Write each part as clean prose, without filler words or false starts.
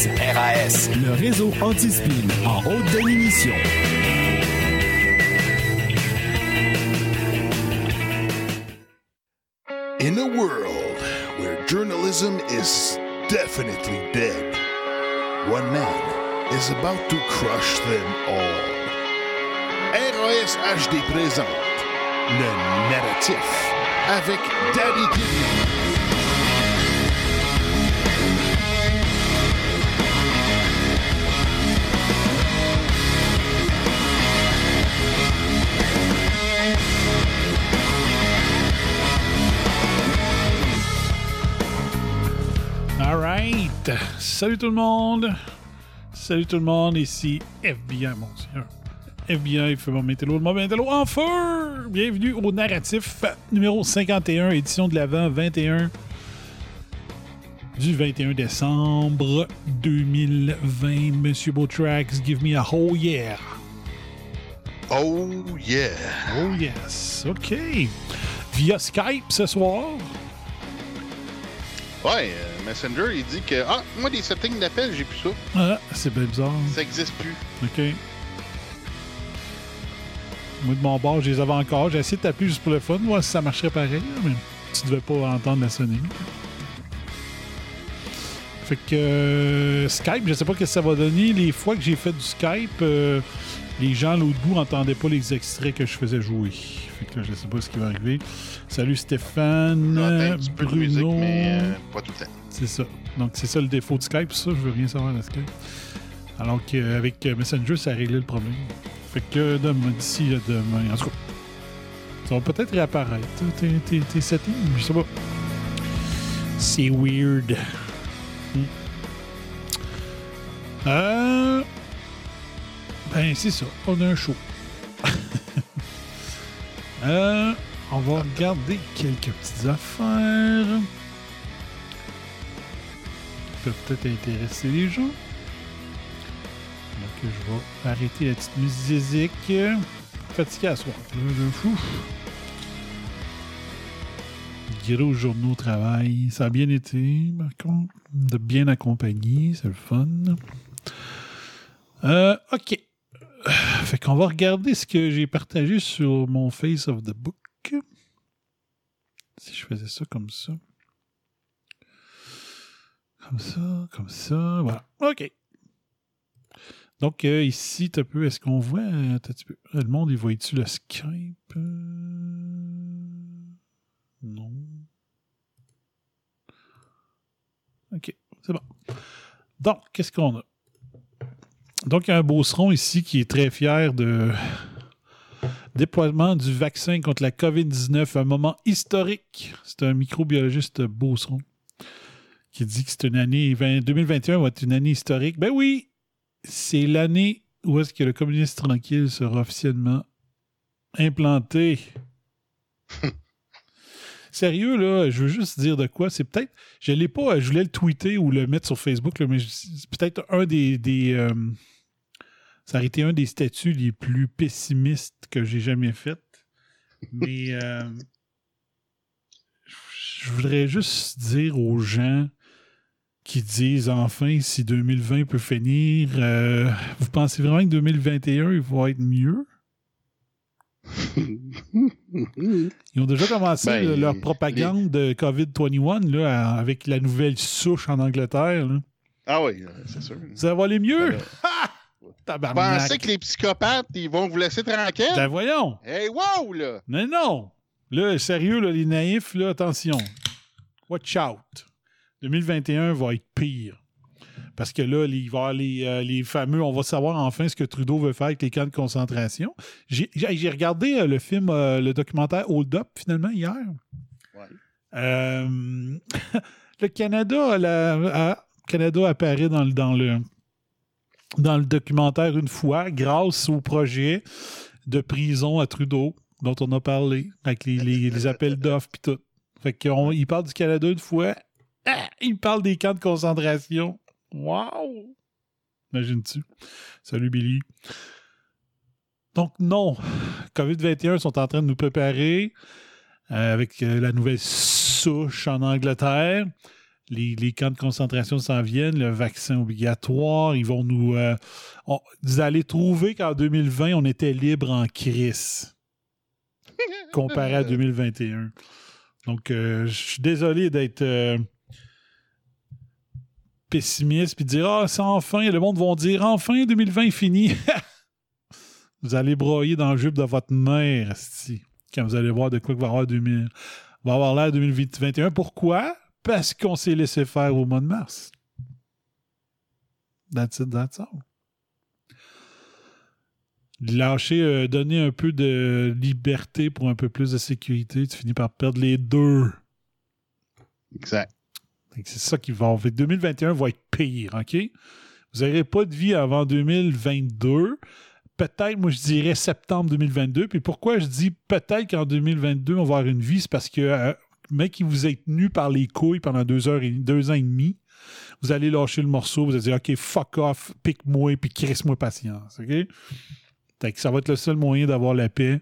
RAS, le réseau anti-spin en haute définition. In a world where journalism is definitely dead, one man is about to crush them all. RAS HD présente le narratif avec Daddy Kidney. All right. Salut tout le monde. Salut tout le monde. Ici FBI, mon Dieu. FBI, fait mon météo, le moment météo en feu. Bienvenue au narratif numéro 51, édition de l'Avent 21 du 21 décembre 2020. Monsieur Beautrax, give me a oh yeah. Oh yeah. Oh yes. OK. Via Skype ce soir. Ouais, Messenger, il dit que moi, des settings d'appel, j'ai plus ça. Ah, c'est bien bizarre. Ça existe plus. OK. Moi, de mon bord, je les avais encore. J'ai essayé de t'appeler juste pour le fun, voir si ça marcherait pareil, mais tu devais pas entendre la sonnerie. Fait que Skype, je sais pas ce que ça va donner. Les fois que j'ai fait du Skype, les gens à l'autre bout n'entendaient pas les extraits que je faisais jouer. Fait que là, je sais pas ce qui va arriver. Salut Stéphane, un petit peu de musique, Bruno. mais pas tout le temps. C'est ça. Donc, c'est ça le défaut de Skype. Ça, je veux rien savoir de Skype. Alors qu'avec Messenger, ça a réglé le problème. Fait que d'ici demain, en tout cas, ça va peut-être réapparaître. Tes settings, je sais pas. C'est weird. Ben, c'est ça. On a un show. On va regarder quelques petites affaires qui peuvent peut-être intéresser les gens. Donc, je vais arrêter la petite musique. Fatigué à soir. Le fou. Gros journaux au travail. Ça a bien été, par contre. De bien accompagné. C'est le fun. OK. Fait qu'on va regarder ce que j'ai partagé sur mon Face of the Book. Si je faisais ça comme ça. Comme ça. Voilà. OK. Donc, ici, t'as peu, est-ce qu'on voit... le monde, il voit-tu le Skype? Non. OK, c'est bon. Donc, qu'est-ce qu'on a? Donc, il y a un Beauceron ici qui est très fier de déploiement du vaccin contre la COVID-19, un moment historique. C'est un microbiologiste Beauceron qui dit que c'est une année... 2021 va être une année historique. Ben oui! C'est l'année où est-ce que le communisme tranquille sera officiellement implanté. Sérieux, là, je veux juste dire de quoi. C'est peut-être... Je l'ai pas... Je voulais le tweeter ou le mettre sur Facebook, là, mais c'est peut-être un des ça aurait été un des statuts les plus pessimistes que j'ai jamais fait. Mais je voudrais juste dire aux gens qui disent enfin si 2020 peut finir, vous pensez vraiment que 2021 il va être mieux? Ils ont déjà commencé leur propagande de COVID-21 là, avec la nouvelle souche en Angleterre. Là. Ah oui, c'est sûr. Ça va aller mieux? Vous pensez que les psychopathes, ils vont vous laisser tranquille? Ben voyons! Hey, wow, là! Non! Là, sérieux, là, les naïfs, là, attention. Watch out. 2021 va être pire. Parce que là, il va y avoir les fameux... On va savoir enfin ce que Trudeau veut faire avec les camps de concentration. J'ai regardé le film, le documentaire Hold Up, finalement, hier. Ouais. Le Canada... Canada apparaît dans le documentaire une fois grâce au projet de prison à Trudeau dont on a parlé avec les appels d'offres et tout. Fait qu'il parle du Canada une fois, il parle des camps de concentration. Wow! Imagines-tu? Salut Billy. Donc non, COVID-21 sont en train de nous préparer avec la nouvelle souche en Angleterre. les camps de concentration s'en viennent, le vaccin obligatoire, ils vont nous... vous allez trouver qu'en 2020, on était libre en crise comparé à 2021. Donc, je suis désolé d'être pessimiste puis de dire « c'est enfin! » Le monde va dire « Enfin, 2020 est fini! » Vous allez broyer dans le jupe de votre mère, quand vous allez voir de quoi va avoir l'air 2021. Pourquoi? Parce qu'on s'est laissé faire au mois de mars. That's it, that's all. Lâcher, donner un peu de liberté pour un peu plus de sécurité, tu finis par perdre les deux. Exact. C'est ça qui va. 2021 va être pire, OK? Vous n'aurez pas de vie avant 2022. Peut-être, moi, je dirais septembre 2022. Puis pourquoi je dis peut-être qu'en 2022, on va avoir une vie, c'est parce que mec qui vous est tenu par les couilles pendant 2 ans et demi, vous allez lâcher le morceau, vous allez dire « OK, fuck off, pique-moi, puis crisse-moi patience. » OK? Fait que ça va être le seul moyen d'avoir la paix.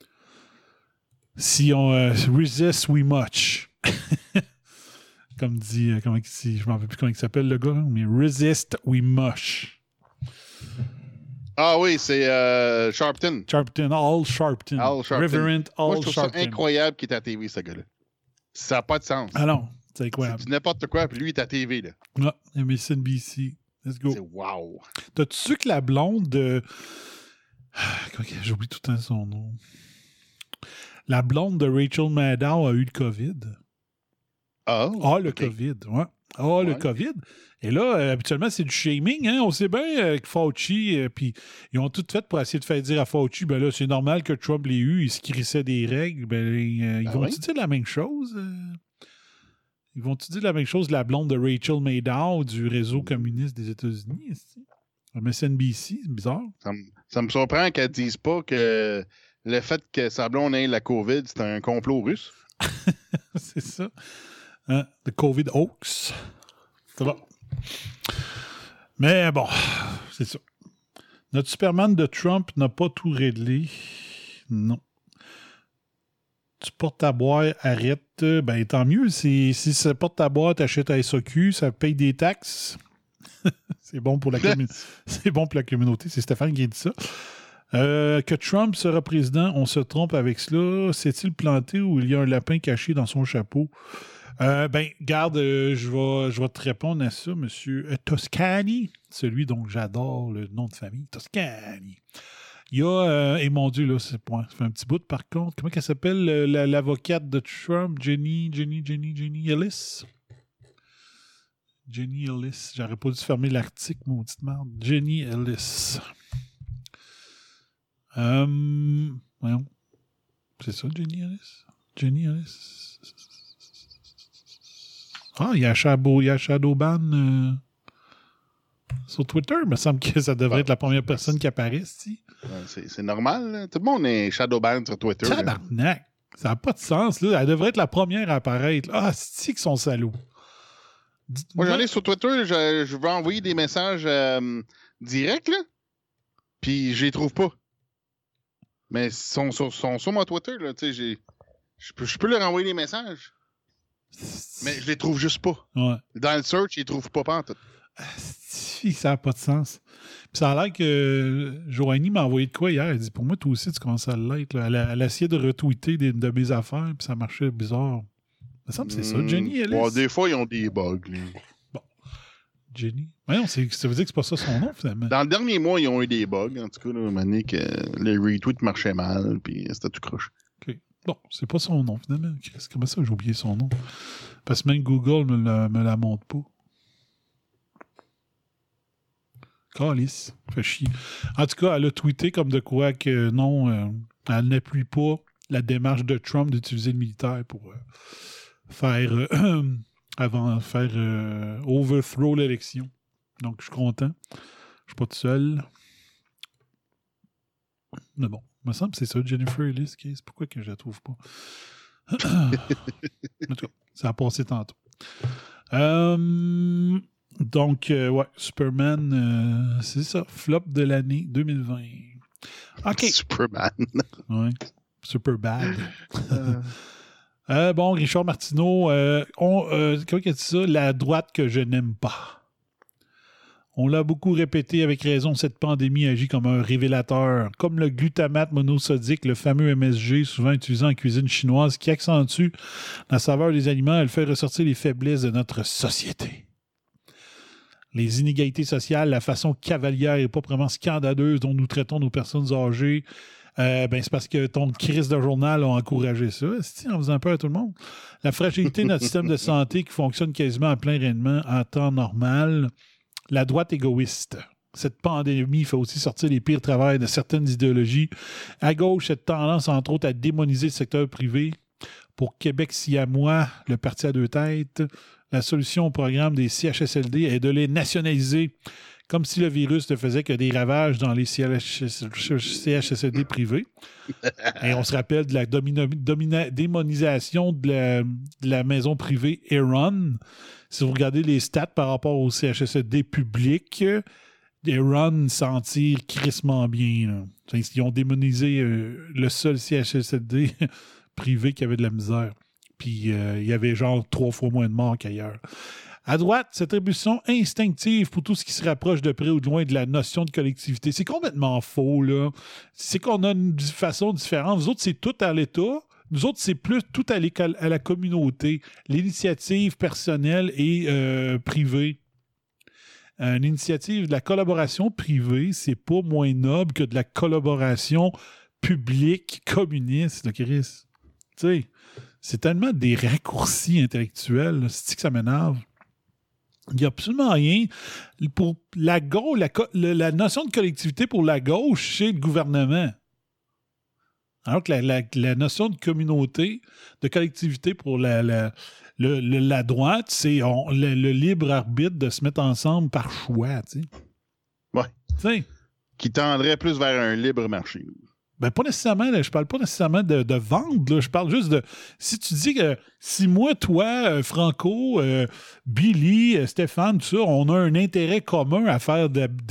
Si on resist, we much. Comme dit, je ne m'en rappelle plus comment il s'appelle le gars, mais resist, we mush. Ah oui, c'est Sharpton. Al Sharpton. Reverend Al Moi, je trouve Sharpton. ça incroyable qu'il est à TV, ce gars-là. Ça n'a pas de sens. Ah non, c'est incroyable. C'est n'importe quoi, puis lui, il est à TV, là. Ah, MSNBC. Let's go. C'est wow. T'as-tu su que la blonde de... J'oublie tout le temps son nom. La blonde de Rachel Maddow a eu le COVID. Le COVID, ouais. Le COVID. Et là, habituellement, c'est du shaming, hein? On sait bien que Fauci, puis ils ont tout fait pour essayer de faire dire à Fauci, ben là, c'est normal que Trump l'ait eu, il se crissait des règles. Ben, ils vont-tu dire la même chose? Ils vont-tu dire la même chose de la blonde de Rachel Maddow du réseau communiste des États-Unis? MSNBC, c'est bizarre. Ça me surprend qu'elles ne disent pas que le fait que sa blonde ait la COVID, c'est un complot russe. C'est ça. Hein? The COVID hoax. C'est bon. Mais bon, c'est ça. Notre Superman de Trump n'a pas tout réglé. Non. Tu portes ta boîte, arrête. Ben, tant mieux. Si ça porte ta boîte, t'achètes à SAQ, ça paye des taxes. C'est bon pour la communauté. C'est bon pour la communauté. C'est Stéphane qui a dit ça. Que Trump sera président, on se trompe avec cela. S'est-il planté ou il y a un lapin caché dans son chapeau? Garde, je vais te répondre à ça, monsieur Toscani, celui dont j'adore le nom de famille, Toscani. Il y a, et mon Dieu, là, ça fait un petit bout, par contre, comment elle s'appelle, l'avocate de Trump, Jenny Ellis? Jenny Ellis, j'aurais pas dû fermer l'article, maudite merde. Jenny Ellis. Voyons. C'est ça, Jenny Ellis? Jenny Ellis? Ah, il y a Shadowban sur Twitter. Il me semble que ça devrait être la première personne qui apparaît ici. C'est normal. Là. Tout le monde est Shadowban sur Twitter. Tabarnak! Ça n'a pas de sens. Là. Elle devrait être la première à apparaître. Ah, c'est qu'ils sont salauds. Moi, j'en ai sur Twitter. Je veux envoyer des messages directs, là. Puis, je les trouve pas. Mais ils sont sur mon Twitter, là. Tu sais, je peux leur envoyer des messages. Mais je les trouve juste pas. Ouais. Dans le search, ils les trouvent pas en tout. Ça n'a pas de sens. Puis ça a l'air que Joanie m'a envoyé de quoi hier. Elle dit, pour moi, toi aussi, tu commences à l'être. Elle a essayé de retweeter de mes affaires, puis ça marchait bizarre. Il me semble que c'est ça, Jenny Ellis. Bon, des fois, ils ont des bugs. Là. Bon. Jenny. Voyons, ça veut dire que c'est pas ça son nom, finalement. Dans le dernier mois, ils ont eu des bugs. En tout cas, là, Mané, que les retweets marchaient mal, puis c'était tout croche. OK. Bon, c'est pas son nom, finalement. Comment ça, j'ai oublié son nom? Parce que même Google me la montre pas. Calice. Fait chier. En tout cas, elle a tweeté comme de quoi que non, elle n'appuie pas la démarche de Trump d'utiliser le militaire pour faire overthrow l'élection. Donc, je suis content. Je suis pas tout seul. Mais bon, il me semble que c'est ça, Jennifer Ellis. C'est pourquoi que je la trouve pas. En tout cas, ça a passé tantôt. Donc, ouais, Superman, c'est ça, flop de l'année 2020. OK. Superman. Ouais, super bad. Bon, Richard Martineau, comment il a dit ça? La droite que je n'aime pas. On l'a beaucoup répété avec raison, cette pandémie agit comme un révélateur, comme le glutamate monosodique, le fameux MSG, souvent utilisé en cuisine chinoise, qui accentue la saveur des aliments. Elle fait ressortir les faiblesses de notre société. Les inégalités sociales, la façon cavalière et pas vraiment scandaleuse dont nous traitons nos personnes âgées, c'est parce que ton crise de journal a encouragé ça, en faisant peur à tout le monde. La fragilité de notre système de santé qui fonctionne quasiment à plein rendement en temps normal. La droite égoïste. Cette pandémie fait aussi sortir les pires travers de certaines idéologies. À gauche, cette tendance, entre autres, à démoniser le secteur privé. Pour Québec siamois, le parti à deux têtes, la solution au programme des CHSLD est de les nationaliser, comme si le virus ne faisait que des ravages dans les CHSLD privés. Et on se rappelle de la démonisation de la maison privée Aaron. Si vous regardez les stats par rapport au CHSLD public, Aaron s'en tire crissement bien. Ils ont démonisé le seul CHSLD privé qui avait de la misère. Puis il y avait genre 3 fois moins de morts qu'ailleurs. À droite, cette attribution instinctive pour tout ce qui se rapproche de près ou de loin de la notion de collectivité. C'est complètement faux, là. C'est qu'on a une façon différente. Vous autres, c'est tout à l'État. Nous autres, c'est plus tout à la communauté. L'initiative personnelle et privée. Une initiative de la collaboration privée, c'est pas moins noble que de la collaboration publique communiste, là, Chris. Tu sais, c'est tellement des raccourcis intellectuels. C'est que ça m'énerve. Il n'y a absolument rien. Pour la gauche, la notion de collectivité pour la gauche, c'est le gouvernement. Alors que la notion de communauté, de collectivité pour la droite, c'est le libre arbitre de se mettre ensemble par choix. Tu sais. Ouais. Tu sais. Qui tendrait plus vers un libre marché. Ben, pas nécessairement, là, je parle pas nécessairement de vendre, là, je parle juste de... Si tu dis que si moi, toi, Franco, Billy, Stéphane, tout ça, on a un intérêt commun à faire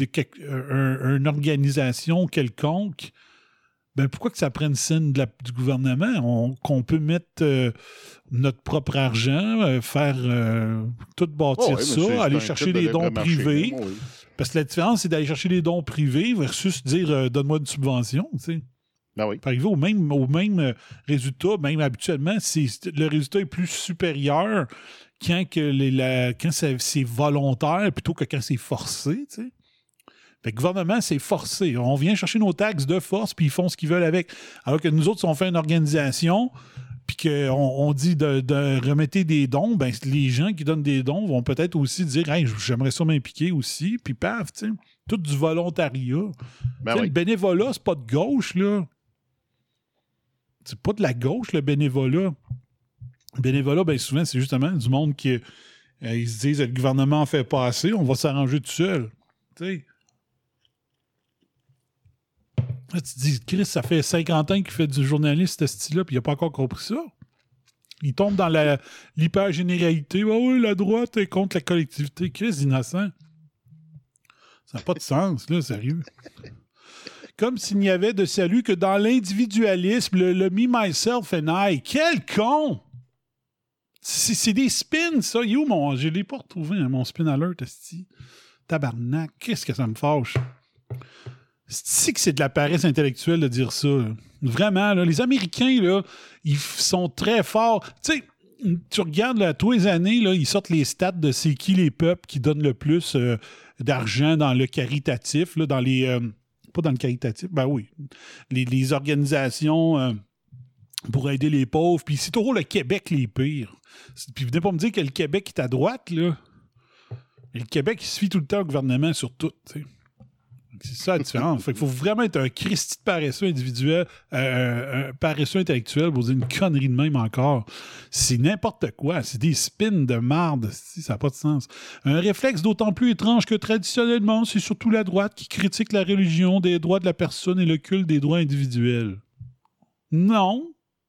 une organisation quelconque, ben pourquoi que ça prenne signe du gouvernement? Qu'on peut mettre notre propre argent, faire tout bâtir ça, aller chercher des dons privés. Oui. Parce que la différence, c'est d'aller chercher des dons privés versus dire donne-moi une subvention, tu sais. Ben oui. Par exemple, au même résultat, même habituellement, le résultat est plus supérieur quand c'est volontaire plutôt que quand c'est forcé, tu sais. Le gouvernement, c'est forcé. On vient chercher nos taxes de force, puis ils font ce qu'ils veulent avec. Alors que nous autres, si on fait une organisation, puis qu'on dit de remettre des dons, ben les gens qui donnent des dons vont peut-être aussi dire « Hey, j'aimerais ça m'impliquer aussi », puis paf, tu sais, tout du volontariat. Ben oui. Le bénévolat, c'est pas de gauche, là. C'est pas de la gauche, le bénévolat. Le bénévolat, bien souvent, c'est justement du monde qui ils se disent « Le gouvernement en fait pas assez, on va s'arranger tout seul. » Tu sais. Là, tu te dis, Chris, ça fait 50 ans qu'il fait du journaliste, ce style-là, puis il n'a pas encore compris ça. Il tombe dans l'hyper-généralité. Oh, oui, la droite est contre la collectivité. Chris, innocent. Ça n'a pas de sens, là, sérieux. Comme s'il n'y avait de salut que dans l'individualisme, le me, myself and I. Quel con! C'est des spins, ça. Je ne l'ai pas retrouvé, hein, mon spin alert, esti. Tabarnak, qu'est-ce que ça me fâche? C'est que c'est de la paresse intellectuelle de dire ça. Là. Vraiment, là, les Américains, là, ils sont très forts. Tu sais, tu regardes, là, tous les années, là, ils sortent les stats de c'est qui les peuples qui donnent le plus d'argent dans le caritatif, là, dans les... pas dans le caritatif, ben oui. Les organisations pour aider les pauvres. Puis c'est toujours le Québec les pires. Puis venez pas me dire que le Québec est à droite, là. Et le Québec, il se fie tout le temps au gouvernement sur tout, tu sais. C'est ça la différence. Fait qu'il faut vraiment être un Christi de paresseux individuel, un paresseux intellectuel pour dire une connerie de même encore. C'est n'importe quoi. C'est des spins de marde. Ça n'a pas de sens. Un réflexe d'autant plus étrange que traditionnellement, c'est surtout la droite qui critique la religion, des droits de la personne et le culte des droits individuels. Non.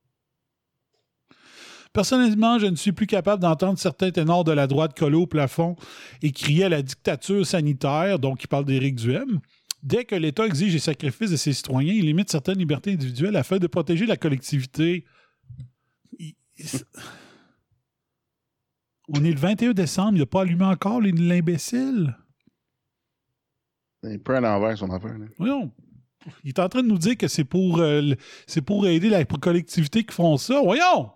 Personnellement, je ne suis plus capable d'entendre certains ténors de la droite coller au plafond et crier à la dictature sanitaire, donc il parle d'Éric Duhem. Dès que l'État exige les sacrifices de ses citoyens, il limite certaines libertés individuelles afin de protéger la collectivité. On est le 21 décembre, il n'a pas allumé encore l'imbécile. Il est un peu à l'envers, son affaire. Là. Voyons. Il est en train de nous dire que c'est pour aider la collectivité qui font ça. Voyons!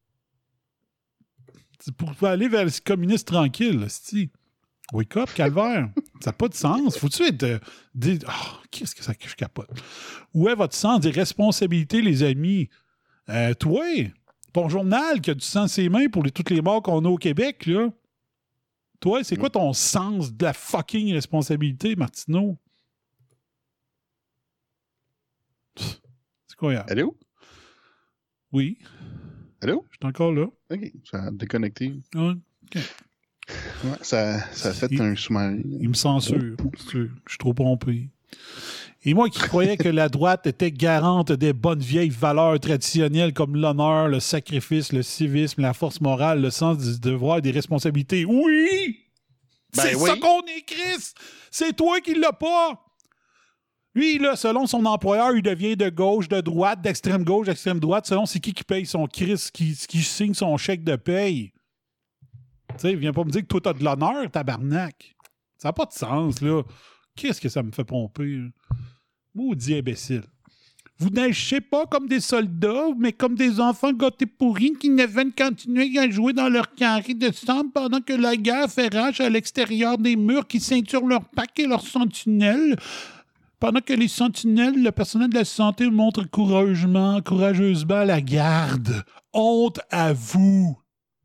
C'est pour aller vers les communistes tranquilles, c'ti. Wake up, calvaire. Ça n'a pas de sens. Faut-tu être... qu'est-ce que ça que je capote? Où est votre sens des responsabilités, les amis? Toi, ton journal qui a du sang ses mains pour toutes les morts qu'on a au Québec, là. Toi, c'est quoi ton sens de la fucking responsabilité, Martineau? C'est quoi, hier? Allô? Oui. Allô? Je suis encore là. OK. Ça a déconnecté. Ouais. OK. Ouais, ça a fait un sous-marin. Il me censure. Je suis trop pompé. Et moi qui croyais que la droite était garante des bonnes vieilles valeurs traditionnelles comme l'honneur, le sacrifice, le civisme, la force morale, le sens du devoir et des responsabilités. Oui! C'est ça qu'on est, Chris! C'est toi qui l'as pas! Lui, là, selon son employeur, il devient de gauche, de droite, d'extrême gauche, d'extrême droite, selon c'est qui paye son Chris, qui signe son chèque de paye. Tu sais, viens pas me dire que toi, t'as de l'honneur, tabarnak. Ça n'a pas de sens, là. Qu'est-ce que ça me fait pomper? Maudit imbécile. Vous naissez pas comme des soldats, mais comme des enfants gâtés pourris qui ne veulent continuer à jouer dans leur carré de sang pendant que la guerre fait rage à l'extérieur des murs qui ceinturent leurs packs et leurs sentinelles. Pendant que les sentinelles, le personnel de la santé montre courageusement la garde. Honte à vous!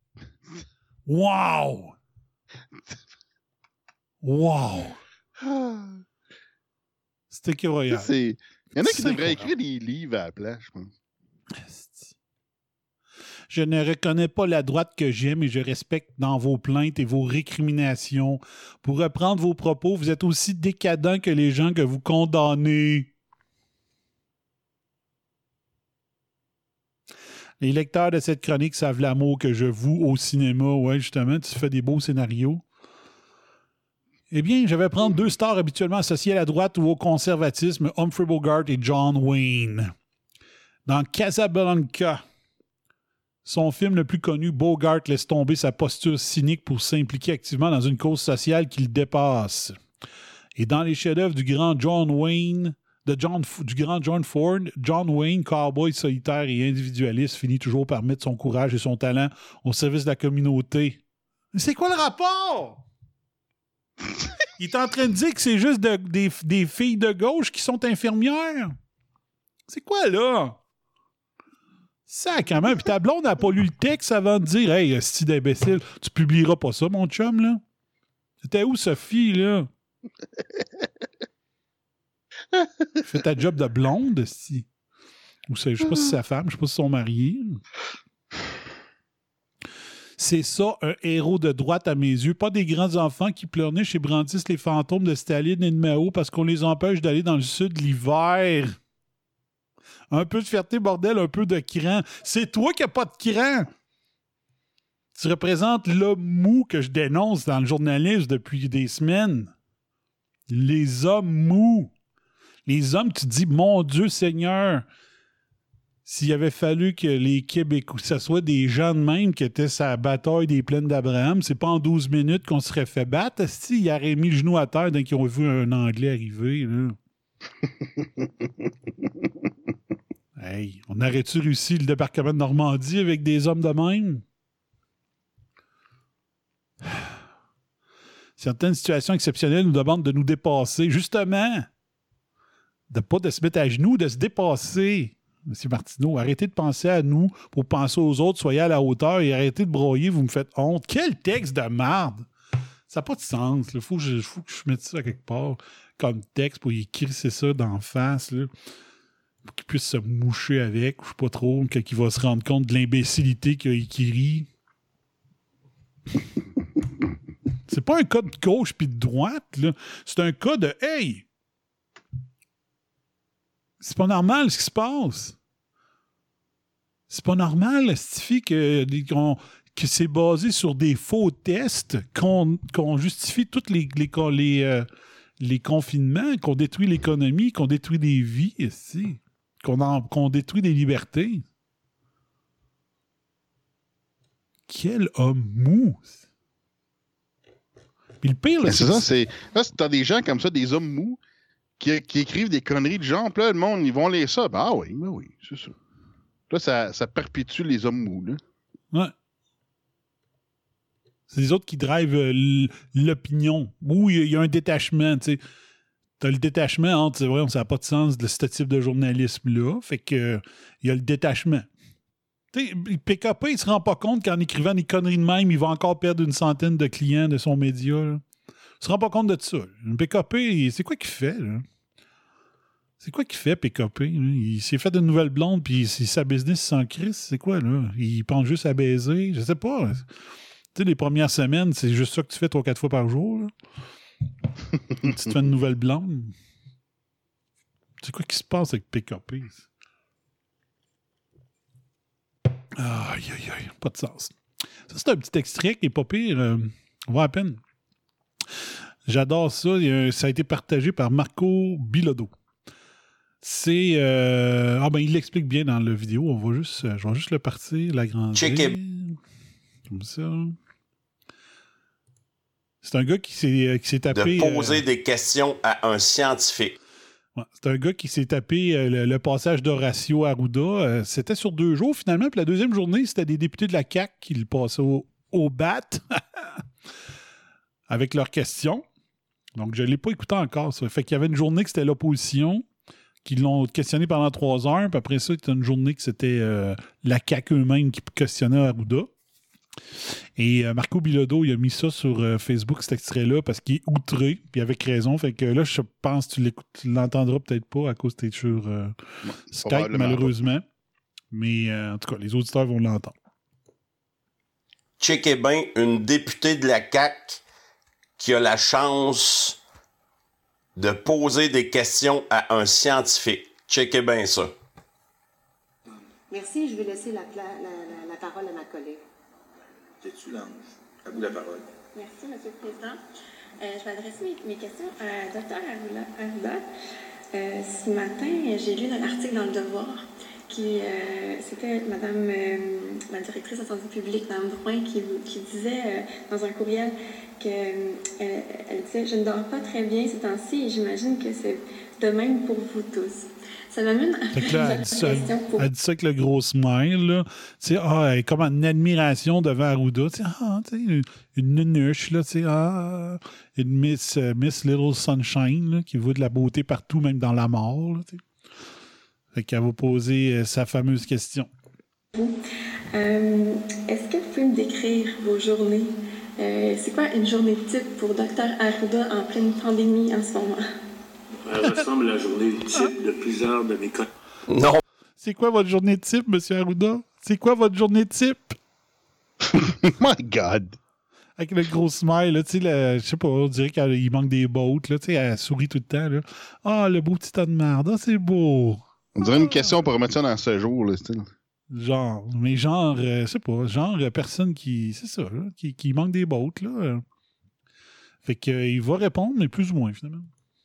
Wow! Wow! C'était incroyable. Il y en a qui devraient écrire des livres à la place, je pense. Je ne reconnais pas la droite que j'aime et je respecte dans vos plaintes et vos récriminations. Pour reprendre vos propos, vous êtes aussi décadents que les gens que vous condamnez. Les lecteurs de cette chronique savent l'amour que je voue au cinéma. Ouais, justement, tu fais des beaux scénarios. Eh bien, je vais prendre 2 stars habituellement associés à la droite ou au conservatisme, Humphrey Bogart et John Wayne. Dans Casablanca, son film le plus connu, Bogart laisse tomber sa posture cynique pour s'impliquer activement dans une cause sociale qui le dépasse. Et dans les chefs-d'œuvre du grand John Ford, John Wayne, cowboy solitaire et individualiste, finit toujours par mettre son courage et son talent au service de la communauté. Mais c'est quoi le rapport? Il est en train de dire que c'est juste des filles de gauche qui sont infirmières. C'est quoi, là? Sacrément. Puis ta blonde n'a pas lu le texte avant de dire « Hey, esti d'imbécile, tu publieras pas ça, mon chum, là? » C'était où, Sophie, là? Fais ta job de blonde, esti. Ou je sais pas si c'est sa femme, je sais pas si ils sont mariés. C'est ça, un héros de droite à mes yeux. Pas des grands enfants qui pleurnichent et brandissent les fantômes de Staline et de Mao parce qu'on les empêche d'aller dans le sud l'hiver. Un peu de fierté, bordel, un peu de cran. C'est toi qui n'as pas de cran. Tu représentes l'homme mou que je dénonce dans le journalisme depuis des semaines. Les hommes mous. Les hommes, tu te dis, mon Dieu Seigneur, s'il avait fallu que les Québécois, que ce soit des gens de même qui étaient sa bataille des plaines d'Abraham, c'est pas en 12 minutes qu'on serait fait battre. Si, il aurait mis le genou à terre dès qu'ils ont vu un Anglais arriver. Là. Hey, on aurait-tu réussi le débarquement de Normandie avec des hommes de même? Certaines situations exceptionnelles nous demandent de nous dépasser, justement. Pas de se mettre à genoux, de se dépasser. M. Martineau, arrêtez de penser à nous pour penser aux autres, soyez à la hauteur et arrêtez de broyer, vous me faites honte. Quel texte de merde! Ça n'a pas de sens. Il faut que je mette ça quelque part comme texte pour y crisser ça d'en face, là, pour qu'il puisse se moucher avec, ou je sais pas trop, qu'il va se rendre compte de l'imbécilité qu'il a écrit. C'est pas un cas de gauche puis de droite, là. C'est un cas de « Hey! » C'est pas normal ce qui se passe. C'est pas normal, Stifi, que c'est basé sur des faux tests, qu'on justifie tous les confinements, qu'on détruit l'économie, qu'on détruit des vies, ici, qu'on détruit des libertés. Quel homme mou! Puis le pire, là, c'est ça, c'est... Là, t'as des gens comme ça, des hommes mous, qui écrivent des conneries de genre, puis là, le monde, ils vont lire ça. Ben ah oui, c'est ça. Là, ça perpétue les hommes mous, là. Ouais. C'est les autres qui drivent l'opinion. Ou il y a un détachement, tu sais. T'as le détachement entre, c'est vrai, ça n'a pas de sens de ce type de journalisme-là. Fait que il y a le détachement. Tu sais, PKP, il se rend pas compte qu'en écrivant des conneries de même, il va encore perdre une centaine de clients de son média. Là. Il se rend pas compte de ça. Le PKP, c'est quoi qu'il fait, là? C'est quoi qu'il fait, PKP? Là? Il s'est fait de nouvelles blondes, puis sa business sans Christ, c'est quoi, là? Il pense juste à baiser? Je sais pas. Tu sais, les premières semaines, c'est juste ça que tu fais 3-4 fois par jour, là. Tu te fais une nouvelle blonde. C'est quoi qui se passe avec PKP? Aïe, aïe, aïe. Pas de sens. Ça, c'est un petit extrait qui est pas pire. Va à peine. J'adore ça. Ça a été partagé par Marco Bilodeau. C'est... il l'explique bien dans la vidéo. Je vais juste le partir, l'agrandir. Check-it. Comme ça. C'est un gars qui s'est tapé... De poser des questions à un scientifique. Ouais, c'est un gars qui s'est tapé le passage d'Horacio Arruda. C'était sur 2 jours, finalement. Puis la deuxième journée, c'était des députés de la CAQ qui le passaient au bat avec leurs questions. Donc, je ne l'ai pas écouté encore, ça. Fait qu'il y avait une journée que c'était l'opposition qui l'ont questionné pendant 3 heures. Puis après ça, c'était une journée que c'était la CAQ eux-mêmes qui questionnaient Arruda. Et Marco Bilodeau, il a mis ça sur Facebook, cet extrait-là, parce qu'il est outré, puis avec raison. Fait que là, je pense que tu l'entendras peut-être pas à cause que tu es sur Skype, malheureusement. Pas. Mais en tout cas, les auditeurs vont l'entendre. Checkez bien une députée de la CAQ qui a la chance de poser des questions à un scientifique. Checkez bien ça. Merci, je vais laisser la parole à ma collègue. Tu lances. À vous la parole. Merci, M. le Président. Je vais adresser mes questions à Dr. Arruda. Ce matin, j'ai lu un article dans Le Devoir c'était Madame la directrice de santé publique, Mme Drouin, qui disait dans un courriel qu'elle disait « Je ne dors pas très bien ces temps-ci et j'imagine que c'est de même pour vous tous. » Ça m'amène à elle dit ça avec le gros smile, là. Tu sais, elle est comme en admiration devant Arruda. Tu sais, une nunuche, là, tu sais, une Miss Little Sunshine, là, qui vaut de la beauté partout, même dans la mort, là, tu sais. Fait qu'elle va poser sa fameuse question. Est-ce que vous pouvez me décrire vos journées? C'est quoi une journée type pour Dr. Arruda en pleine pandémie en ce moment? Elle ressemble à la journée type de plusieurs de mes collègues. Non. C'est quoi votre journée type, M. Arruda? C'est quoi votre journée type? My God! Avec le gros smile, là, tu sais, je sais pas, on dirait qu'il manque des bottes, là, tu sais, elle sourit tout le temps, là. Ah, le beau petit tas de merde, ah, c'est beau! On dirait une question pour remettre ça dans ce jour, là, style. Genre, mais genre, je sais pas, genre personne qui, c'est ça, là, qui manque des bottes, là. Fait qu'il va répondre, mais plus ou moins, finalement.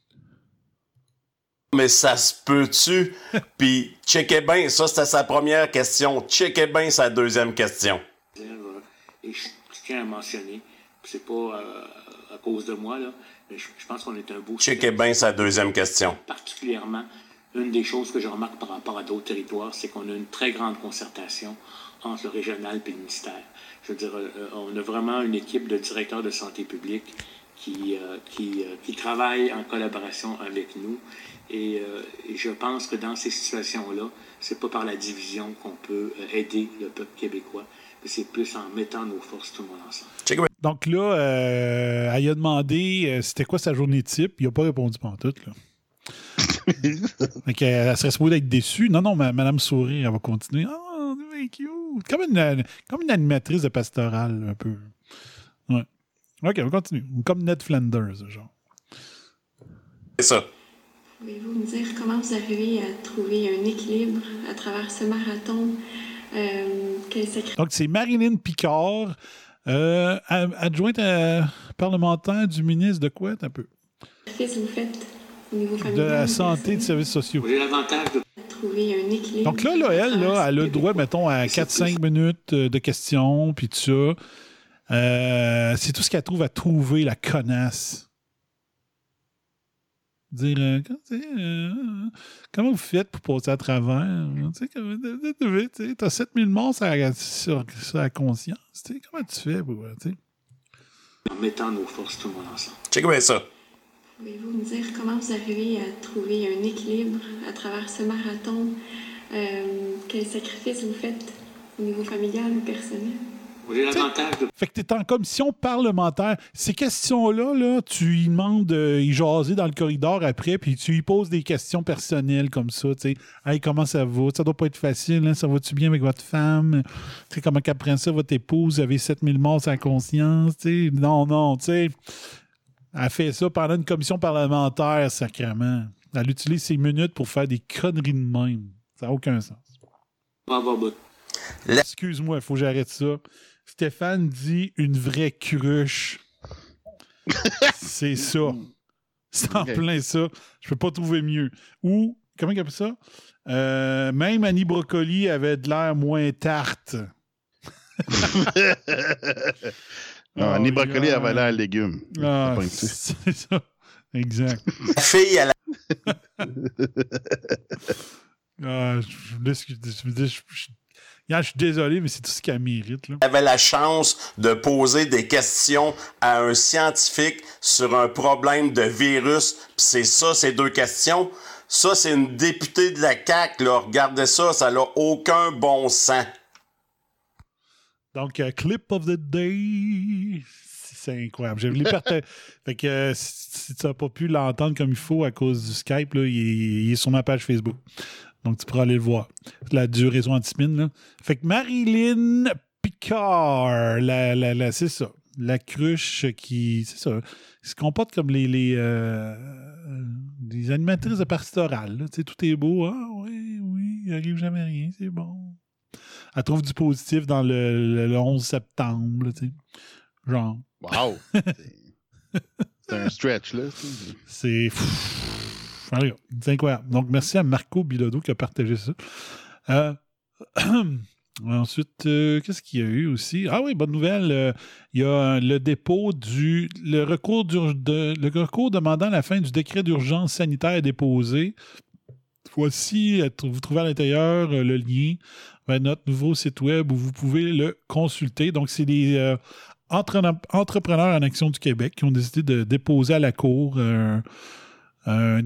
Mais ça se peut-tu? Puis, checkez bien, ça c'était sa première question. Checkez bien sa deuxième question. Et je tiens à mentionner, c'est pas à cause de moi, là, mais je pense qu'on est un beau... Checkez bien sa deuxième question. Particulièrement, une des choses que je remarque par rapport à d'autres territoires, c'est qu'on a une très grande concertation entre le régional et le ministère. Je veux dire, on a vraiment une équipe de directeurs de santé publique qui travaille en collaboration avec nous. Et je pense que dans ces situations-là, c'est pas par la division qu'on peut aider le peuple québécois, mais c'est plus en mettant nos forces tout le monde ensemble. Donc là, elle lui a demandé c'était quoi sa journée type. Il n'a pas répondu pantoute, là. Elle serait supposée être déçue. Non, Madame Sourire, elle va continuer. Oh, c'est cute. Comme une animatrice de pastorale, un peu. Ouais. OK, on continue. Comme Ned Flanders, genre. C'est ça. Pouvez-vous me dire comment vous arrivez à trouver un équilibre à travers ce marathon? Donc, c'est Marilyn Picard, adjointe parlementaire du ministre de quoi? Un peu. Qu'est-ce que vous faites? au niveau de familial. la santé, de services sociaux. J'ai l'avantage de Trouver un équilibre. Donc là, elle a le droit, mettons, à 4-5 minutes de questions, puis tout ça. C'est tout ce qu'elle trouve à trouver, la connasse. Dire, comment vous faites pour passer à travers? Tu as 7000 morts sur la conscience. Comment tu fais? en mettant nos forces tout le monde ensemble. Check bien ça. Pouvez-vous me dire comment vous arrivez à trouver un équilibre à travers ce marathon? Quels sacrifices vous faites au niveau familial ou personnel? J'ai l'avantage de... Fait que t'es en commission parlementaire. Ces questions-là, là, tu y demandes y jaser dans le corridor après, puis tu y poses des questions personnelles comme ça. Tu sais, hey, comment ça va? Ça doit pas être facile. Hein? Ça va-tu bien avec votre femme? Tu sais, comment qu'après ça, votre épouse, vous avez 7000 morts sur la conscience? Tu sais, non, tu sais. Elle fait ça pendant une commission parlementaire, sacrément. Elle utilise ses minutes pour faire des conneries de même. Ça n'a aucun sens. Excuse-moi, il faut que j'arrête ça. Stéphane dit une vraie cruche. C'est ça. C'est en plein ça. Je peux pas trouver mieux. Ou, comment il appelle ça? Même Annie Brocoli avait de l'air moins tarte. Non, Annie Brocoli avait l'air légume. Ah, c'est ça. Exact. La fille, elle Je suis désolé, mais c'est tout ce qu'elle mérite. Là. avait la chance de poser des questions à un scientifique sur un problème de virus. Puis c'est ça, ces deux questions. Ça, c'est une députée de la CAQ. Là. Regardez ça, ça n'a aucun bon sens. Donc, clip of the day. C'est incroyable. J'avais l'hypertension. Fait que si tu n'as pas pu l'entendre comme il faut à cause du Skype, là, il est sur ma page Facebook. Donc, tu pourras aller le voir. La du réseau Antispin, là. Fait que Marilyn Picard, c'est ça. La cruche qui, c'est ça, se comporte comme les animatrices de pastorale. Tu sais, tout est beau. Ah oui, il n'arrive jamais rien, c'est bon. Elle trouve du positif dans le 11 septembre, tu sais. Genre. Wow! C'est un stretch, là. C'est incroyable. Donc, merci à Marco Bilodeau qui a partagé ça. Ensuite, qu'est-ce qu'il y a eu aussi? Ah oui, bonne nouvelle. Il y a le dépôt le recours demandant la fin du décret d'urgence sanitaire déposé. Voici, vous trouvez à l'intérieur le lien vers notre nouveau site web où vous pouvez le consulter. Donc, c'est des entrepreneurs en action du Québec qui ont décidé de déposer à la Cour je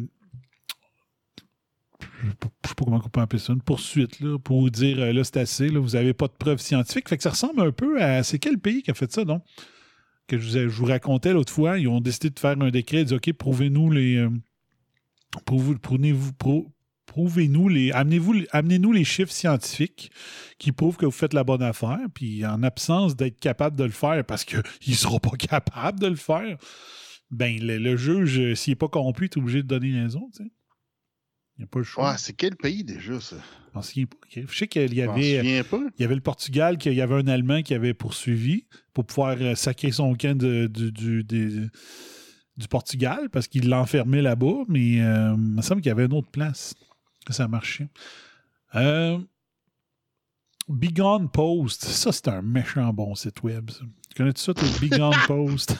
ne sais pas comment on peut appeler ça, une poursuite là, pour dire là, c'est assez, là, vous n'avez pas de preuves scientifiques. Fait que ça ressemble un peu à. C'est quel pays qui a fait ça, donc? Que je vous racontais l'autre fois. Ils ont décidé de faire un décret, de dire OK, prouvez-nous les. Amenez-nous les chiffres scientifiques qui prouvent que vous faites la bonne affaire, puis en absence d'être capable de le faire parce qu'ils ne seront pas capables de le faire, ben le juge, s'il n'est pas corrompu, est obligé de donner raison, tu sais. Il n'y a pas le choix. Ouais, c'est quel pays déjà, ça? Je sais qu'il y avait. Il y avait le Portugal, il y avait un Allemand qui avait poursuivi pour pouvoir sacrer son camp du Portugal parce qu'il l'enfermait là-bas, mais il me semble qu'il y avait une autre place que ça marchait. Big On Post, ça c'est un méchant bon site web. Ça. Tu connais-tu ça, toi, Big On Post?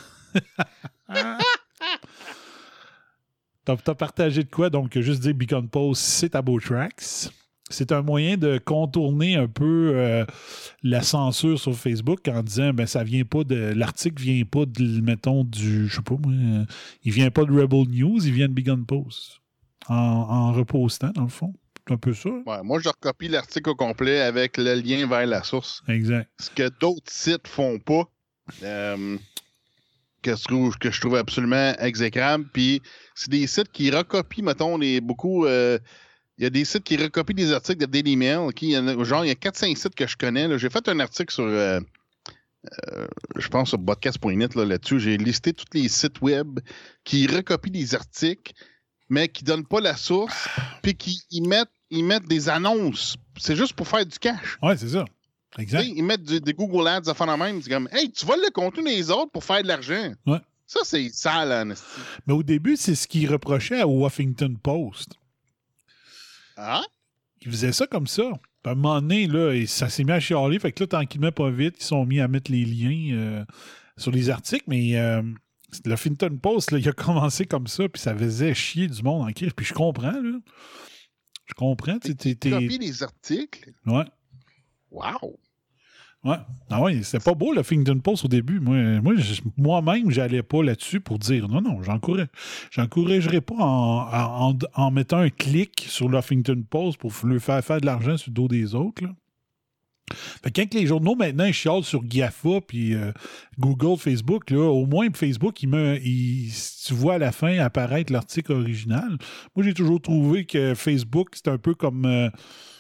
T'as partagé de quoi? Donc, juste dire Beacon Post, c'est à Tracks. C'est un moyen de contourner un peu la censure sur Facebook en disant, ben ça vient pas de... L'article vient pas de, mettons, je sais pas moi, il vient pas de Rebel News, il vient de Beacon Post. En repostant, dans le fond. C'est un peu ça. Ouais, moi, je recopie l'article au complet avec le lien vers la source. Exact. Ce que d'autres sites font pas. Que je trouve absolument exécrable. Puis c'est des sites qui recopient, mettons, beaucoup. Il y a des sites qui recopient des articles de Daily Mail. Il y a 4-5 sites que je connais. Là. J'ai fait un article sur, je pense, sur podcast.net là-dessus. J'ai listé tous les sites web qui recopient des articles, mais qui ne donnent pas la source, puis qui mettent des annonces. C'est juste pour faire du cash. Ouais, c'est ça. Exact. Ils mettent des Google Ads à faire la même. C'est comme, hey, tu voles le contenu des autres pour faire de l'argent. Ouais. Ça, c'est sale, hein, Mais au début, c'est ce qu'il reprochait au Huffington Post. Ah? Il faisait ça comme ça. Puis à un moment donné, là, ça s'est mis à chialer. Fait que là, tranquillement, pas vite, ils sont mis à mettre les liens sur les articles. Mais le Huffington Post, là, il a commencé comme ça, puis ça faisait chier du monde en crise. Puis je comprends, là. Je comprends. Tu copies les articles? Ouais. Wow! Ouais. Ah ouais, c'était pas beau le Huffington Post au début. Moi-même, j'allais pas là-dessus pour dire non, j'encouragerais pas en mettant un clic sur le Huffington Post pour lui faire de l'argent sur le dos des autres. Là. Fait que quand les journaux maintenant ils chialent sur GAFA puis Google, Facebook, là, au moins Facebook, tu vois à la fin apparaître l'article original. Moi, j'ai toujours trouvé que Facebook, c'est un peu comme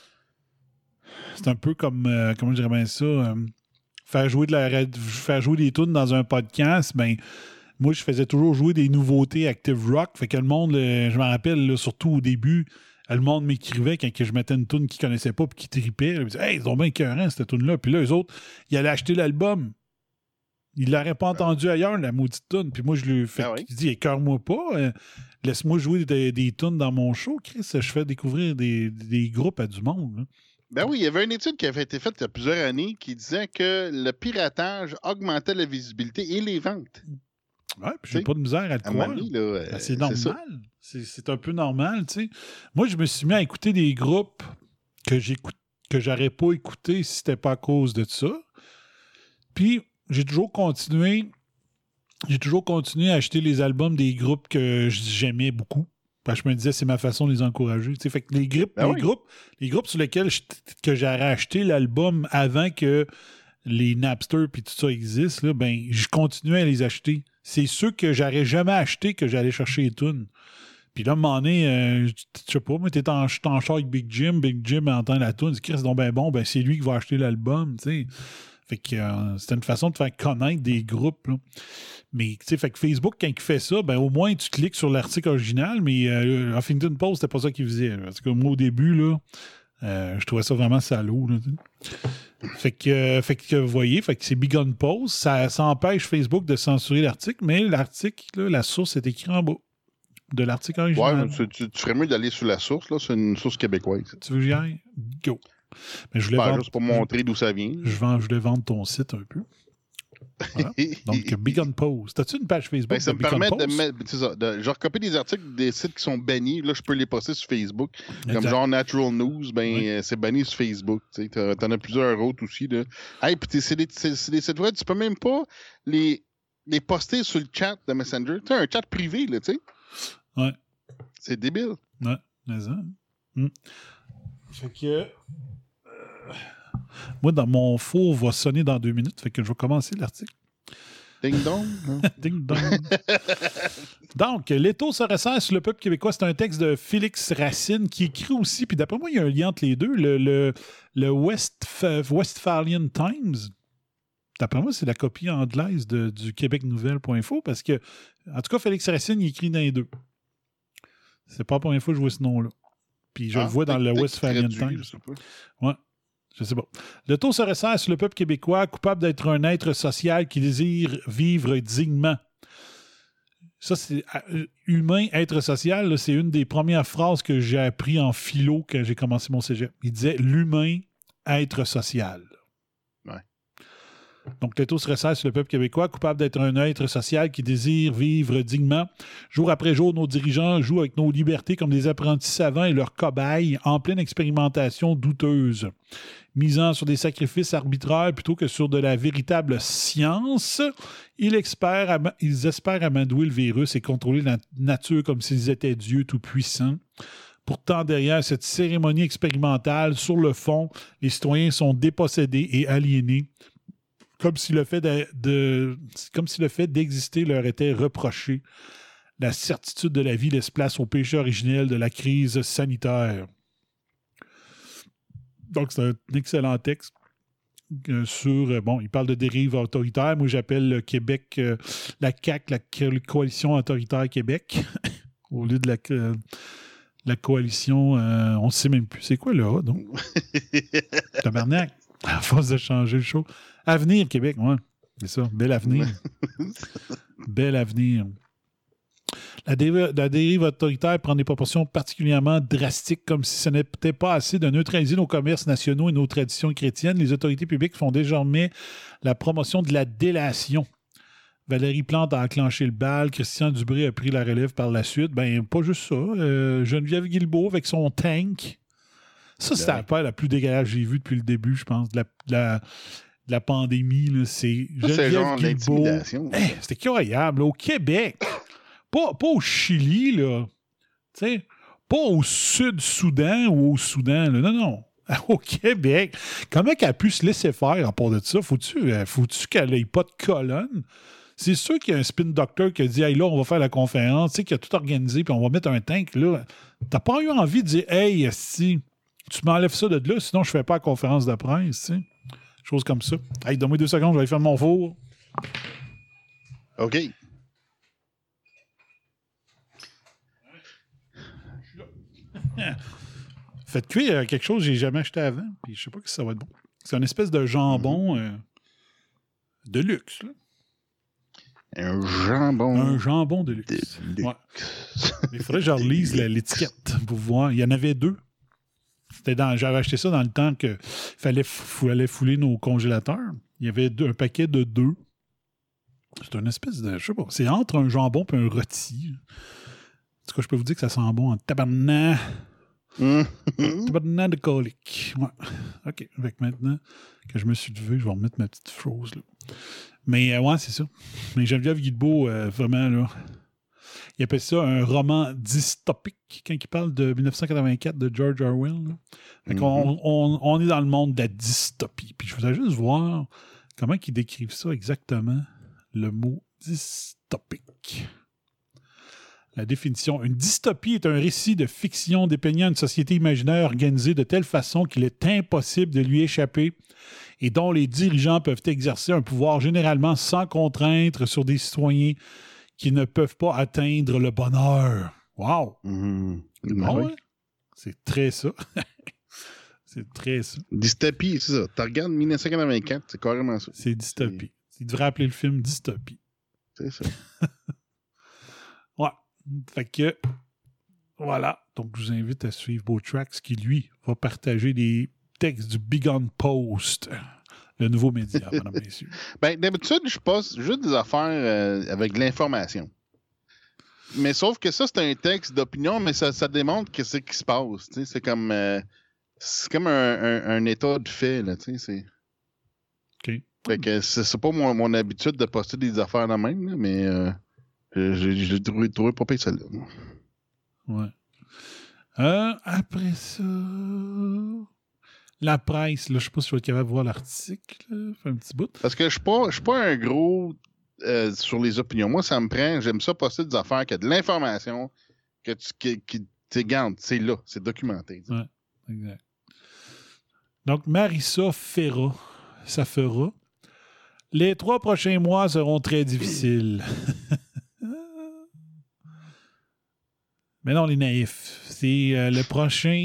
comment je dirais bien ça, faire jouer des tunes dans un podcast, ben moi, je faisais toujours jouer des nouveautés Active Rock. Fait que le monde, je me rappelle, là, surtout au début, le monde m'écrivait quand je mettais une tune qu'ils ne connaissaient pas et qui trippait. Ils me disaient « Hey, ils ont bien écœurant, cette tune-là. » Puis là, eux autres, ils allaient acheter l'album. Ils ne l'auraient pas entendu ailleurs, la maudite tune. Puis moi, je lui fais je dis « Écœure-moi pas. Laisse-moi jouer des tunes dans mon show. Chris, je fais découvrir des groupes à du monde. » là. Ben oui, il y avait une étude qui avait été faite il y a plusieurs années qui disait que le piratage augmentait la visibilité et les ventes. Ouais, puis j'ai pas de misère à le croire. C'est normal. C'est un peu normal, tu sais. Moi, je me suis mis à écouter des groupes que j'aurais pas écoutés si c'était pas à cause de ça. Puis, j'ai toujours continué à acheter les albums des groupes que j'aimais beaucoup. Parce que je me disais, c'est ma façon de les encourager. T'sais, fait que les groupes sur lesquels que j'aurais acheté l'album avant que les Napster et tout ça existent, là, ben, je continuais à les acheter. C'est ceux que j'aurais jamais achetés que j'allais chercher les tunes. Puis là, à un moment donné, je sais pas, moi, je suis en char avec Big Jim entend la tune, il dit, Chris, donc ben bon, ben c'est lui qui va acheter l'album, tu sais. Fait que c'était une façon de faire connaître des groupes, là. Mais, tu sais, fait que Facebook, quand il fait ça, ben au moins, tu cliques sur l'article original, mais Huffington Post, c'était pas ça qu'il faisait. Parce que moi, au début, là, je trouvais ça vraiment salaud, là. Fait que vous voyez, fait que c'est Big On Post, ça empêche Facebook de censurer l'article, mais l'article, là, la source est écrite en bas de l'article original. Ouais, tu ferais mieux d'aller sur la source, là, c'est une source québécoise. Tu veux que j'y aille? Go. Mais je voulais vendre, juste pour montrer d'où ça vient. Je voulais vendre ton site un peu. Voilà. Donc, Big On Post. As-tu une page Facebook? Ben, ça me permet de mettre. Je recopier des articles des sites qui sont bannis. Là, je peux les poster sur Facebook. Exact. Comme genre Natural News, ben, c'est banni sur Facebook. T'en as plusieurs autres aussi. Là. Hey, puis c'est des sites web, tu peux même pas les poster sur le chat de Messenger. Tu sais, un chat privé, là, tu sais. Ouais. C'est débile. Ouais, mais ça. Fait que. Moi, dans mon four va sonner dans 2 minutes, fait que je vais commencer l'article. Ding dong. Ding dong. Donc, l'étau se resserre sur le peuple québécois. C'est un texte de Félix Racine qui écrit aussi, puis d'après moi, il y a un lien entre les deux, le Westphalian Times. D'après moi, c'est la copie anglaise du québecnouvelle.info parce que, en tout cas, Félix Racine, il écrit dans les deux. C'est pas la première fois que je vois ce nom-là. Puis je le vois dans le Westphalian Times. Ouais. Je sais pas. Le taux se resserre sur le peuple québécois, coupable d'être un être social qui désire vivre dignement. Ça, c'est humain, être social, là, c'est une des premières phrases que j'ai appris en philo quand j'ai commencé mon cégep. Il disait l'humain, être social. Ouais. Donc, le taux se resserre sur le peuple québécois, coupable d'être un être social qui désire vivre dignement. Jour après jour, nos dirigeants jouent avec nos libertés comme des apprentis savants et leurs cobayes en pleine expérimentation douteuse. Misant sur des sacrifices arbitraires plutôt que sur de la véritable science, ils espèrent amadouer le virus et contrôler la nature comme s'ils étaient Dieu tout-puissants. Pourtant, derrière cette cérémonie expérimentale, sur le fond, les citoyens sont dépossédés et aliénés, comme si le fait d'exister leur était reproché. La certitude de la vie laisse place au péché originel de la crise sanitaire. Donc, c'est un excellent texte sur... il parle de dérive autoritaire. Moi, j'appelle le Québec la CAQ, la Coalition autoritaire Québec, au lieu de la coalition... on ne sait même plus. C'est quoi, là? Donc? Tabarnak. À force de changer le show. Avenir Québec, ouais. C'est ça. Bel avenir. Bel avenir. La dérive autoritaire prend des proportions particulièrement drastiques, comme si ce n'était pas assez de neutraliser nos commerces nationaux et nos traditions chrétiennes. Les autorités publiques font désormais la promotion de la délation. Valérie Plante a enclenché le bal. Christian Dubé a pris la relève par la suite. Ben, pas juste ça. Geneviève Guilbeault avec son tank. Ça, c'est la paire la plus dégueulasse que j'ai vue depuis le début, je pense, de la pandémie. Là. C'est Geneviève Guilbeault. Hey, c'était incroyable. Là, au Québec. Pas au Chili, là. Tu sais, pas au Sud-Soudan ou au Soudan. Là. Non. Au Québec. Comment qu'elle a pu se laisser faire en part de ça? Faut-tu qu'elle n'ait pas de colonne? C'est sûr qu'il y a un spin doctor qui a dit « Hey, là, on va faire la conférence. » Tu sais, qui a tout organisé, puis on va mettre un tank. Là. T'as pas eu envie de dire « Hey, si tu m'enlèves ça de là, sinon je fais pas la conférence de presse. » Tu sais. Chose comme ça. Hey, donne-moi 2 secondes, je vais aller faire mon four. OK. Faites cuire quelque chose que j'ai jamais acheté avant, puis je sais pas si ça va être bon. C'est une espèce de jambon de luxe. Là. Un jambon de luxe. Ouais. Il faudrait que je relise l'étiquette pour voir. Il y en avait 2. J'avais acheté ça dans le temps qu'il fallait fouler nos congélateurs. Il y avait un paquet de 2. C'est une espèce de... Je sais pas. C'est entre un jambon et un rôti. En tout cas, je peux vous dire que ça sent bon en tabarnak. Tabarnak de colique. Ouais. OK. Avec maintenant que je me suis levé, je vais remettre ma petite chose. Là. Mais ouais, c'est ça. Mais Geneviève Guilbeault, vraiment, là, il appelle ça un roman dystopique quand il parle de 1984 de George Orwell. Fait on est dans le monde de la dystopie. Puis je voudrais juste voir comment ils décrivent ça exactement, le mot dystopique. La définition. Une dystopie est un récit de fiction dépeignant une société imaginaire organisée de telle façon qu'il est impossible de lui échapper et dont les dirigeants peuvent exercer un pouvoir généralement sans contrainte sur des citoyens qui ne peuvent pas atteindre le bonheur. Wow! Ouais. C'est très ça. C'est très ça. Dystopie, c'est ça. Tu regardes 1984, c'est carrément ça. C'est dystopie. Il devrait appeler le film Dystopie. C'est ça. Ouais. Fait que, voilà. Donc, je vous invite à suivre Beautrax qui, lui, va partager des textes du Big On Post, le nouveau média, mesdames et messieurs. Ben, d'habitude, je poste juste des affaires avec de l'information. Mais sauf que ça, c'est un texte d'opinion, mais ça démontre que c'est ce qui se passe. C'est comme un état de fait. Là, c'est... OK. Fait que c'est pas mon habitude de poster des affaires de même, là, mais j'ai trouvé pas pire celle-là. Ouais. Après ça... La presse, là, je sais pas si je vais être capable de voir l'article. Fait un petit bout. Parce que je suis pas un gros sur les opinions. Moi, ça me prend. J'aime ça poster des affaires qui a de l'information, que tu gardes. C'est là. C'est documenté. Ouais, exact. Donc, Marissa Ferra. Ça fera. Les 3 prochains mois seront très difficiles. Mais non, les naïfs. C'est le prochain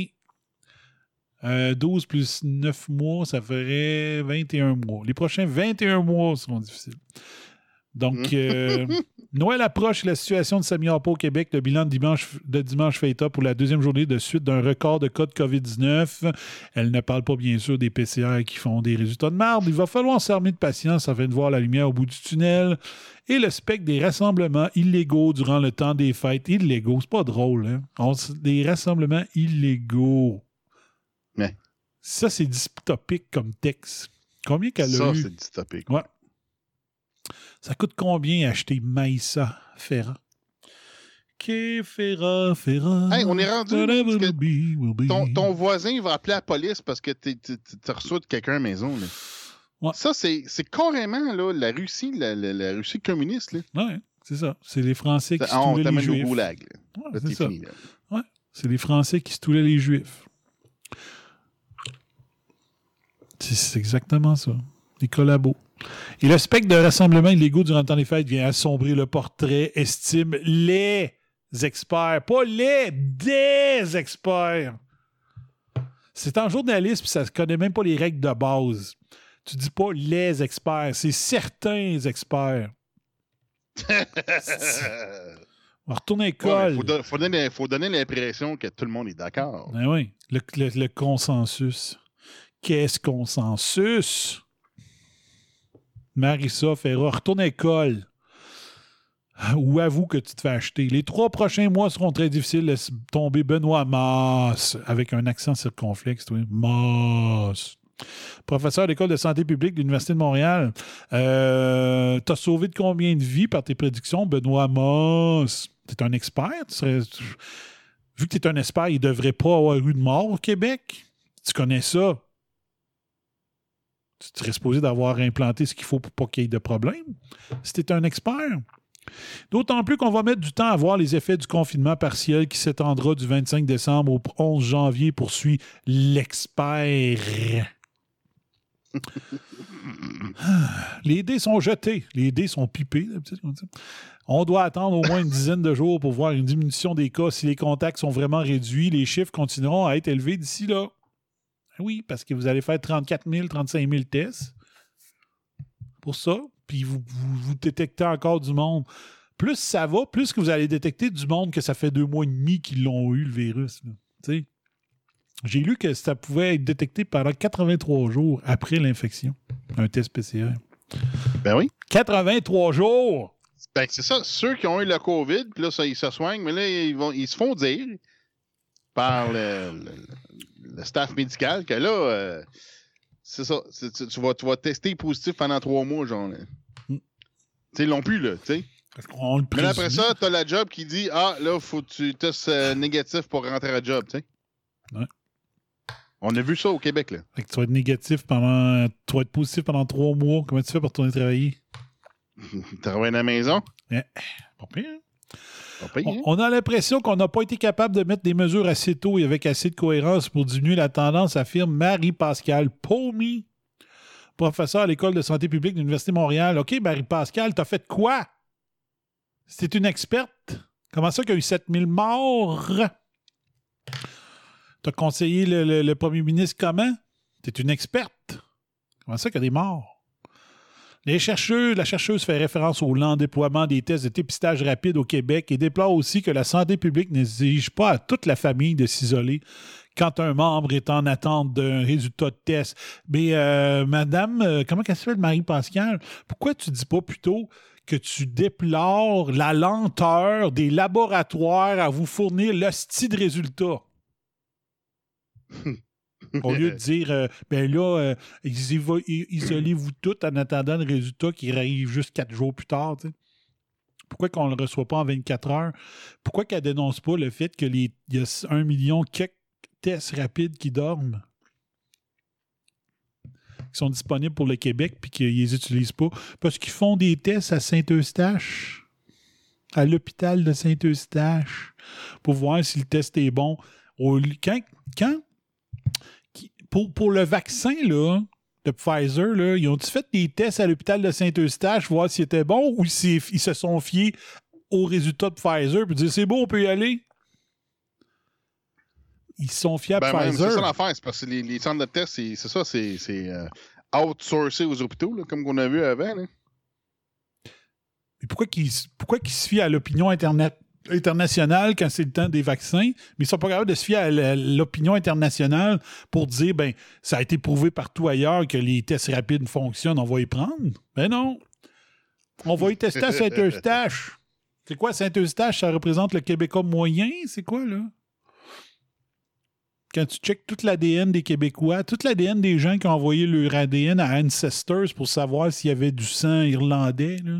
12 plus 9 mois, ça ferait 21 mois. Les prochains 21 mois seront difficiles. Donc, Noël approche, la situation de Samia au Québec. Le bilan de dimanche fait état pour la 2e journée de suite d'un record de cas de COVID-19. Elle ne parle pas, bien sûr, des PCR qui font des résultats de marde. Il va falloir s'armer de patience afin de voir la lumière au bout du tunnel. Et le spectre des rassemblements illégaux durant le temps des fêtes. Illégaux, c'est pas drôle, hein? Des rassemblements illégaux. Ouais. Ça, c'est dystopique comme texte. Combien qu'elle a eu? Ça, c'est dystopique. Ouais. Ça coûte combien acheter Maïssa Ferra? Ferra. Hey, on est rendu. Ton voisin, il va appeler la police parce que tu reçois de quelqu'un à la maison. Là. Ouais. Ça, c'est carrément là, la Russie, la Russie communiste. Là. Ouais, c'est ça. C'est les Français qui se toulaient les Juifs. Au goulag. Ouais, là, c'est ça. fini, là. Ouais, c'est les Français qui se toulaient les Juifs. C'est exactement ça. Les collabos. Et le spectre de rassemblements illégaux durant le temps des fêtes vient assombrir le portrait, estime les experts. Pas des experts. C'est en journalisme, puis ça ne connaît même pas les règles de base. Tu dis pas les experts, c'est certains experts. On retourne à l'école. Il faut donner l'impression que tout le monde est d'accord. Ben oui, le consensus. Qu'est-ce consensus? Marissa Ferra, retourne à l'école. Ou avoue que tu te fais acheter. Les 3 prochains mois seront très difficiles. Laisse tomber Benoît Masse, avec un accent circonflexe. Oui. Masse. Professeur d'école de santé publique de l'Université de Montréal. T'as sauvé de combien de vies par tes prédictions, Benoît Masse? T'es un expert? Vu que t'es un expert, il ne devrait pas avoir eu de mort au Québec. Tu connais ça. Tu serais supposé d'avoir implanté ce qu'il faut pour pas qu'il y ait de problème. Si t'es un expert. D'autant plus qu'on va mettre du temps à voir les effets du confinement partiel qui s'étendra du 25 décembre au 11 janvier, poursuit l'expert. Les dés sont jetés. Les dés sont pipés. On doit attendre au moins une dizaine de jours pour voir une diminution des cas. Si les contacts sont vraiment réduits, les chiffres continueront à être élevés d'ici là. Oui, parce que vous allez faire 34 000, 35 000 tests pour ça. Puis vous détectez encore du monde. Plus ça va, plus que vous allez détecter du monde que ça fait 2 mois et demi qu'ils l'ont eu, le virus. J'ai lu que ça pouvait être détecté pendant 83 jours après l'infection. Un test PCR. Ben oui. 83 jours! Ben c'est ça. Ceux qui ont eu le COVID, puis là, ça, ils se soignent, mais là, ils se font dire par le staff médical que là... c'est ça. Tu vas tester positif pendant 3 mois, genre. Tu sais, ils l'ont plus, là, tu sais. Mais là, après ça, t'as la job qui dit « Ah, là, faut que tu testes négatif pour rentrer à la job, tu sais. » Ouais. On a vu ça au Québec, là. Fait que tu vas être négatif pendant... Tu vas être positif pendant 3 mois. Comment tu fais pour retourner travailler? Travailler à la maison? Yeah. Pas pire, hein? On a l'impression qu'on n'a pas été capable de mettre des mesures assez tôt et avec assez de cohérence pour diminuer la tendance, affirme Marie-Pascale Paumy, professeure à l'École de santé publique de l'Université de Montréal. OK, Marie-Pascale, t'as fait quoi? C'était une experte. Comment ça qu'il y a eu 7000 morts? T'as conseillé le premier ministre comment? T'es une experte. Comment ça qu'il y a des morts? La chercheuse fait référence au lent déploiement des tests de dépistage rapide au Québec et déplore aussi que la santé publique n'exige pas à toute la famille de s'isoler quand un membre est en attente d'un résultat de test. Mais madame, comment elle s'appelle Marie-Pascale? Pourquoi tu dis pas plutôt que tu déplores la lenteur des laboratoires à vous fournir l'hostie de résultats? Au lieu de dire, isolez-vous tous en attendant le résultat qui arrive juste 4 jours plus tard. T'sais. Pourquoi qu'on ne le reçoit pas en 24 heures? Pourquoi qu'elle ne dénonce pas le fait qu'il y a 1 million quelques tests rapides qui dorment, qui sont disponibles pour le Québec puis qu'ils ne les utilisent pas? Parce qu'ils font des tests à Saint-Eustache, à l'hôpital de Saint-Eustache, pour voir si le test est bon. Pour le vaccin, là, de Pfizer, là, ils ont-ils fait des tests à l'hôpital de Saint-Eustache voir s'il était bon ou s'ils se sont fiés aux résultats de Pfizer et dire c'est bon, on peut y aller? Ils se sont fiés à Pfizer. C'est ça l'affaire, c'est parce que les centres de tests, c'est outsourcé aux hôpitaux, là, comme on a vu avant. Là. Mais pourquoi qu'ils se fient à l'opinion internationale quand c'est le temps des vaccins, mais ils sont pas capables de se fier à l'opinion internationale pour dire, ça a été prouvé partout ailleurs que les tests rapides fonctionnent, on va y prendre? Ben non! On va y tester à Saint-Eustache. C'est quoi Saint-Eustache? Ça représente le Québécois moyen? C'est quoi, là? Quand tu checkes tout l'ADN des Québécois, tout l'ADN des gens qui ont envoyé leur ADN à Ancestors pour savoir s'il y avait du sang irlandais, là.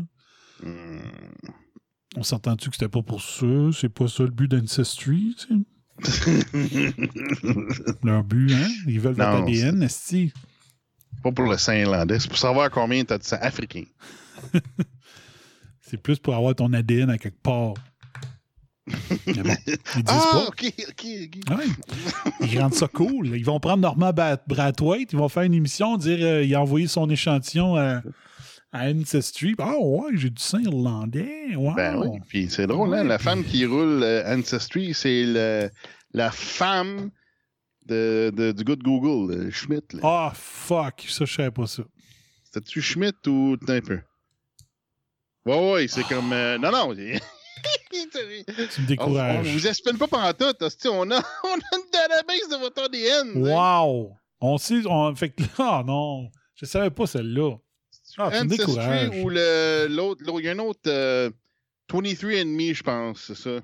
On s'entend-tu que c'était pas pour ça? C'est pas ça le but d'Ancestry, tu sais? Leur but, hein? Ils veulent votre ADN, esti. Pas pour le sang irlandais, c'est pour savoir combien t'as de sang africain. C'est plus pour avoir ton ADN à quelque part. Mais bon, ils disent pas. OK. Ouais. Ils rendent ça cool. Ils vont prendre Norman Brathwaite, ils vont faire une émission, dire il a envoyé son échantillon à Ancestry. Ah ouais, j'ai du sang irlandais. Wow. Ben oui, puis c'est drôle, hein? La femme qui roule Ancestry, c'est la femme du gars de Google, Schmidt. Ah, fuck, ça, je savais pas ça. C'était-tu Schmidt ou un peu? Ouais, c'est comme... Non. Tu me décourages. On vous espionne pas pendant tout. On a une database de votre ADN. Wow! On sait... Fait que là, non. Je savais pas celle-là. Ah, tu me décourages. Ou l'autre... Il y a un autre... 23andMe, je pense, c'est ça.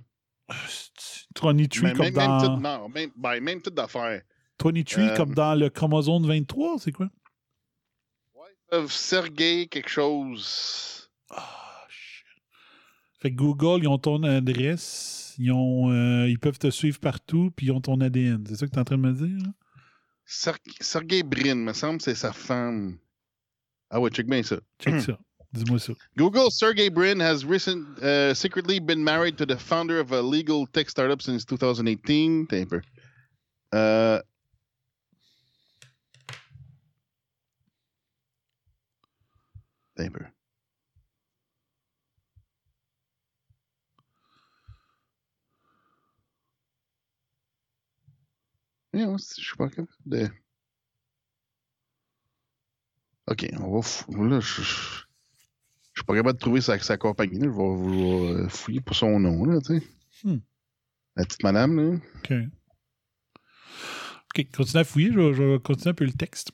23 comme dans... Même toute d'affaires. 23 comme dans le chromosome 23, c'est quoi? Ouais, Sergei quelque chose. Ah, shit. Fait que Google, ils ont ton adresse, ils peuvent te suivre partout, puis ils ont ton ADN. C'est ça que tu es en train de me dire? Sergey Brin, me semble que c'est sa femme. Ah ouais, check bien ça. Check ça. Dis-moi ça. Google Sergey Brin has secretly been married to the founder of a legal tech startup since 2018. T'as un peu. T'as un peu. Je suis pas capable de... OK, on va... Là, je suis pas capable de trouver sa compagnie. Là. Je vais fouiller pour son nom, là, tu sais. La petite madame, là. OK, continue à fouiller. Je vais continuer un peu le texte.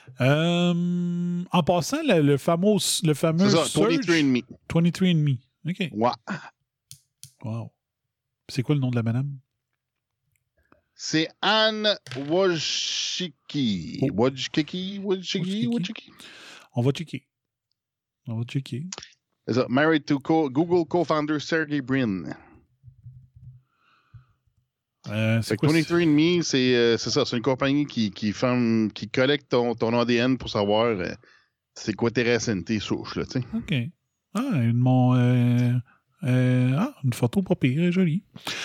En passant, le fameux c'est ça, 23andMe. 23andMe. OK. Ouais. Wow. C'est quoi le nom de la madame? C'est Anne Wojcicki. Wojcicki. On va checker. C'est ça. Married to Google co-founder Sergey Brin. C'est quoi? 23andMe, c'est ça. C'est une compagnie qui collecte ton ADN pour savoir c'est quoi tes racines, tes souches, là, tu sais. OK. Une photo pas pire, jolie.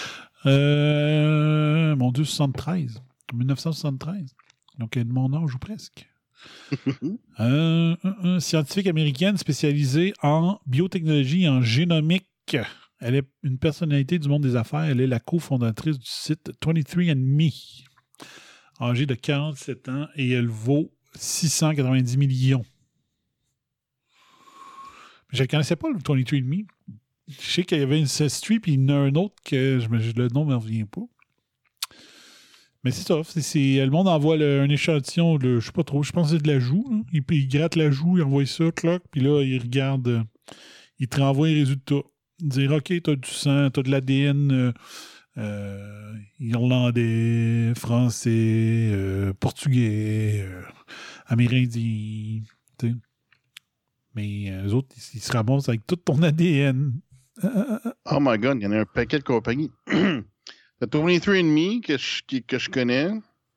Mon Dieu, 73. 1973. Donc, de mon âge ou presque. Scientifique américaine spécialisée en biotechnologie et en génomique. Elle est une personnalité du monde des affaires. Elle est la cofondatrice du site 23andMe. Âgée de 47 ans et elle vaut 690 millions. Je ne connaissais pas le 23andMe. Je sais qu'il y avait une Ancestry, puis il y en a un autre que le nom ne me revient pas. Mais c'est ça. Le monde envoie un échantillon, je sais pas trop, je pense que c'est de la joue. Hein. Il gratte la joue, il envoie ça, cloc, puis là, il regarde, il te renvoie les résultats. Dire, OK, t'as du sang, t'as de l'ADN irlandais, français, portugais, amérindien, tu sais. Mais eux autres, ils se ramassent avec tout ton ADN. Oh my God, il y en a un paquet de compagnies. Le 23andMe que je connais.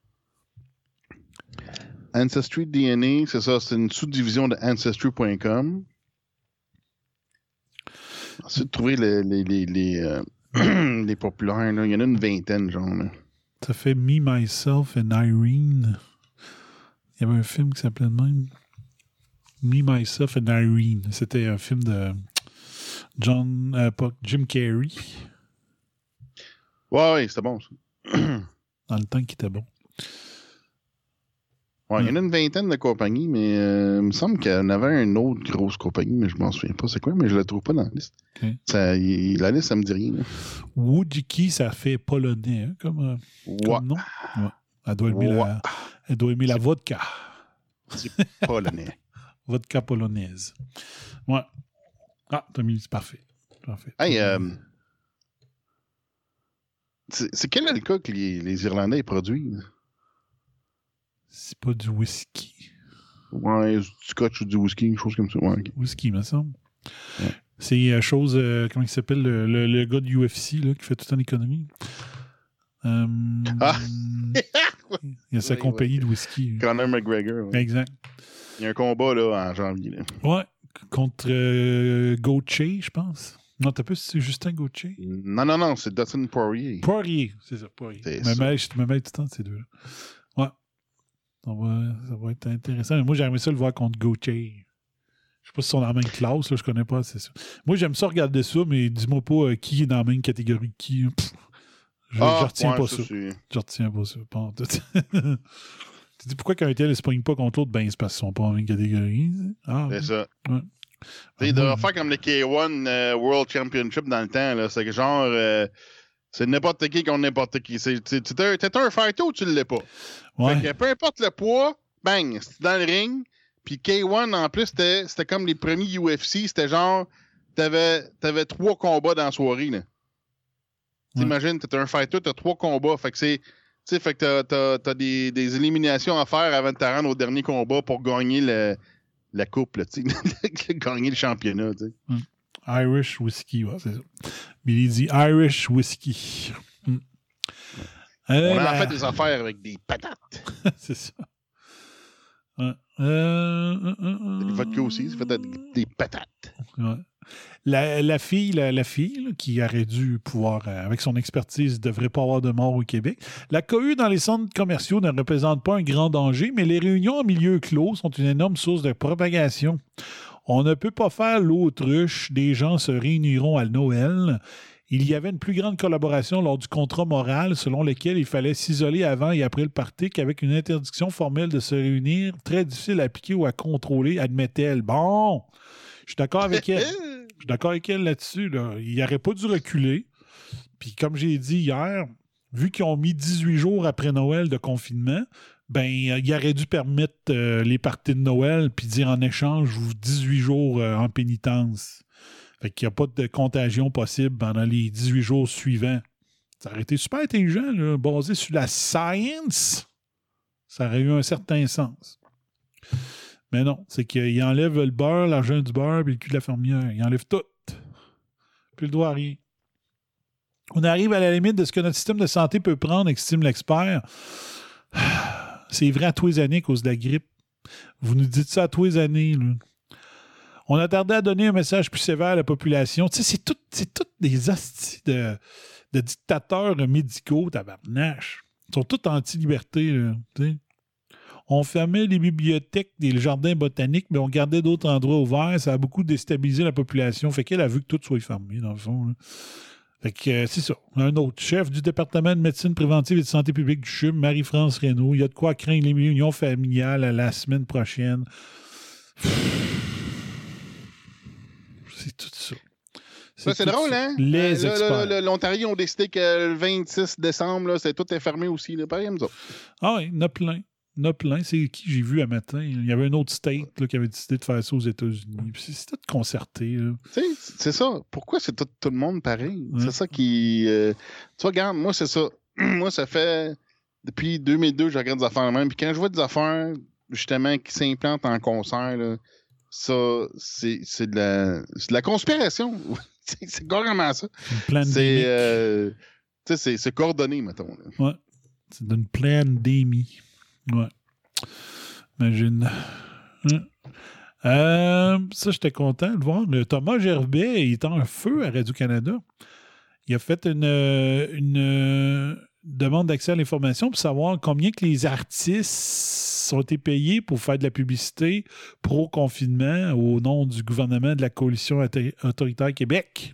Ancestry DNA, c'est ça, c'est une sous-division de Ancestry.com. Ensuite, trouver les populaires, là. Il y en a une vingtaine, genre. Là. Ça fait Me, Myself and Irene. Il y avait un film qui s'appelait de même. Me, Myself and Irene. C'était un film de Jim Carrey. Ouais, c'était bon, ça. Dans le temps qu'il était bon. Ouais, il y en a une vingtaine de compagnies, mais il me semble qu'il y en avait une autre grosse compagnie, mais je m'en souviens pas c'est quoi, mais je la trouve pas dans la liste. Okay. La liste, ça me dit rien. Wojcicki, ça fait polonais, hein, comme nom. Ouais. Elle doit aimer la vodka. C'est polonais. Vodka polonaise. Ouais. Ah, t'as mis, c'est parfait. Hey, c'est quel alcool que les Irlandais produisent? C'est pas du whisky. Ouais, du scotch ou du whisky, une chose comme ça. Ouais, okay. Whisky, me semble. Ouais. C'est chose, comment il s'appelle, le gars de UFC là, qui fait tout en économie. Il y a sa compagnie de whisky. Conor McGregor. Ouais. Exact. Il y a un combat là, en janvier. Là. Ouais, contre Gauthier, je pense. Non, t'as pas c'est Justin Gauthier? Non, c'est Dustin Poirier. Poirier, c'est ça, Poirier. Je me mets tout le temps de ces deux-là. Ouais. Ça va être intéressant. Mais moi, j'aimerais ça le voir contre Gauthier. Je sais pas si ils sont dans la même classe, là, je connais pas, c'est ça. Moi, j'aime ça regarder ça, mais dis-moi pas qui est dans la même catégorie que qui. Je retiens pas ça. Je retiens pas ça. Tu dis pourquoi qu'un tel ne se pogne pas contre l'autre? Ben, c'est parce qu'ils sont pas en même catégorie. Ah, c'est ça. Ouais. Il devrait faire comme le K1 World Championship dans le temps. Là. C'est que genre, c'est n'importe qui contre n'importe qui. T'es un fighter ou tu l'es pas? Ouais. Fait que peu importe le poids, bang, c'est dans le ring. Puis K1, en plus, c'était comme les premiers UFC. C'était genre, t'avais 3 combats dans la soirée. Là. T'imagines, t'es un fighter, t'as 3 combats. Fait que c'est... Tu sais, fait que t'as des éliminations à faire avant de te rendre au dernier combat pour gagner la coupe, là, tu sais. Gagner le championnat, tu sais. Irish Whiskey, ouais, c'est ça. Billy dit Irish Whiskey. On a en fait des affaires avec des patates. C'est ça. Le vodka aussi, ça fait des patates. Ouais. La fille là, qui aurait dû pouvoir, avec son expertise, ne devrait pas avoir de mort au Québec. La cohue dans les centres commerciaux ne représente pas un grand danger, mais les réunions en milieu clos sont une énorme source de propagation. On ne peut pas faire l'autruche. Des gens se réuniront à Noël. Il y avait une plus grande collaboration lors du contrat moral selon lequel il fallait s'isoler avant et après le party qu'avec une interdiction formelle de se réunir, très difficile à appliquer ou à contrôler, admettait-elle. Bon, je suis d'accord avec elle. Je suis d'accord avec elle là-dessus. Là. Il n'aurait pas dû reculer. Puis comme j'ai dit hier, vu qu'ils ont mis 18 jours après Noël de confinement, ben il aurait dû permettre les parties de Noël puis dire en échange 18 jours en pénitence. Fait qu'il n'y a pas de contagion possible pendant les 18 jours suivants. Ça aurait été super intelligent, là, basé sur la science. Ça aurait eu un certain sens. Mais non, c'est qu'il enlève le beurre, l'argent du beurre, puis le cul de la fermière. Il enlève tout. Plus le doigt à rien. On arrive à la limite de ce que notre système de santé peut prendre, estime l'expert. C'est vrai à tous les années à cause de la grippe. Vous nous dites ça à tous les années, là. On a tardé à donner un message plus sévère à la population. Tu sais, c'est toutes des hosties de dictateurs médicaux, tabarnache. Ils sont tous anti-liberté, là, tu sais. On fermait les bibliothèques et les jardins botaniques, mais on gardait d'autres endroits ouverts. Ça a beaucoup déstabilisé la population. Fait qu'elle a vu que tout soit fermé, dans le fond. Là. Fait que c'est ça. Un autre chef du département de médecine préventive et de santé publique du CHUM, Marie-France Reynaud. Il y a de quoi craindre les réunions familiales à la semaine prochaine. C'est tout ça. C'est drôle, hein? Les experts. L'Ontario ont décidé que le 26 décembre, là, tout est fermé aussi. Là, pareil, nous autres. Ah oui, il y en a plein. Il y en a plein. C'est qui j'ai vu à matin? Il y avait un autre state là, qui avait décidé de faire ça aux États-Unis. C'est tout concerté. Tu sais, c'est ça. Pourquoi c'est tout le monde pareil? C'est ça qui... tu vois, regarde, moi, c'est ça. Moi, ça fait... Depuis 2002, je regarde des affaires même. Puis quand je vois des affaires, justement, qui s'implantent en concert, là, ça, c'est de la conspiration. C'est carrément ça. C'est coordonné, mettons. Là. Ouais. C'est d'une pandémie. Ouais. Imagine. Ça, j'étais content de voir. Thomas Gerbet, il est en feu à Radio-Canada. Il a fait une demande d'accès à l'information pour savoir combien que les artistes ont été payés pour faire de la publicité pro-confinement au nom du gouvernement de la Coalition autoritaire Québec.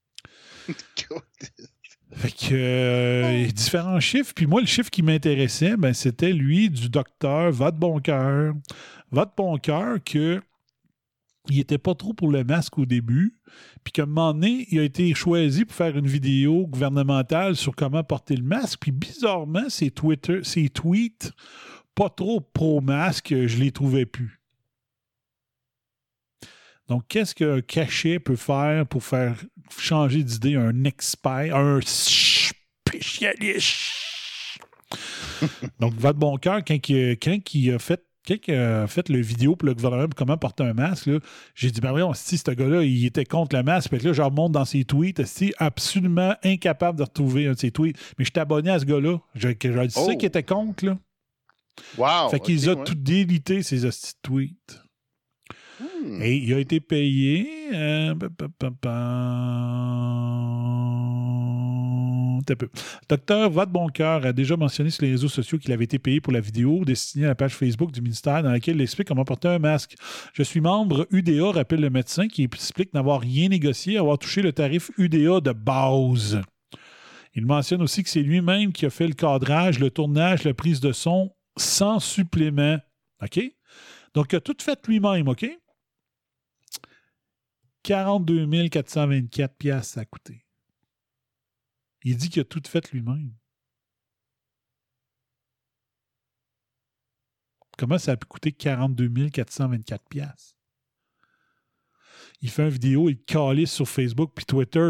Fait que différents chiffres. Puis moi, le chiffre qui m'intéressait, ben, c'était lui du docteur Vadeboncoeur. Vadeboncoeur, que il était pas trop pour le masque au début. Puis qu'à un moment donné, il a été choisi pour faire une vidéo gouvernementale sur comment porter le masque. Puis bizarrement, ses tweets pas trop pro-masque, je les trouvais plus. Donc, qu'est-ce qu'un cachet peut faire pour faire changer d'idée un expert, un spécialiste? Donc, Vadeboncoeur, quand il a fait le vidéo pour le gouvernement pour comment porter un masque, là, j'ai dit, ben oui, ce gars-là, il était contre le masque. Puis là, je remonte dans ses tweets, absolument incapable de retrouver un de ses tweets. Mais je suis abonné à ce gars-là. Je sais qu'il était contre, là. Wow! Fait qu'ils ont tout délité, ces hosties de tweets. Et il a été payé... Docteur Vadeboncoeur a déjà mentionné sur les réseaux sociaux qu'il avait été payé pour la vidéo destinée à la page Facebook du ministère dans laquelle il explique comment porter un masque. Je suis membre UDA, rappelle le médecin, qui explique n'avoir rien négocié, avoir touché le tarif UDA de base. Il mentionne aussi que c'est lui-même qui a fait le cadrage, le tournage, la prise de son sans supplément. OK? Donc, il a tout fait lui-même, OK? 42 424 $ ça a coûté. Il dit qu'il a tout fait lui-même. Comment ça a pu coûter 42 424 $? Il fait une vidéo, il calisse sur Facebook puis Twitter.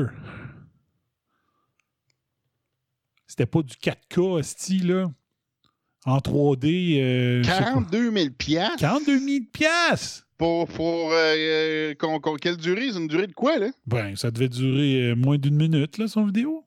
C'était pas du 4K, esti, là. En 3D. 42 000 $? 42 000 $! Pour quelle durée? C'est une durée de quoi, là? Ben, ça devait durer moins d'une minute, là, son vidéo.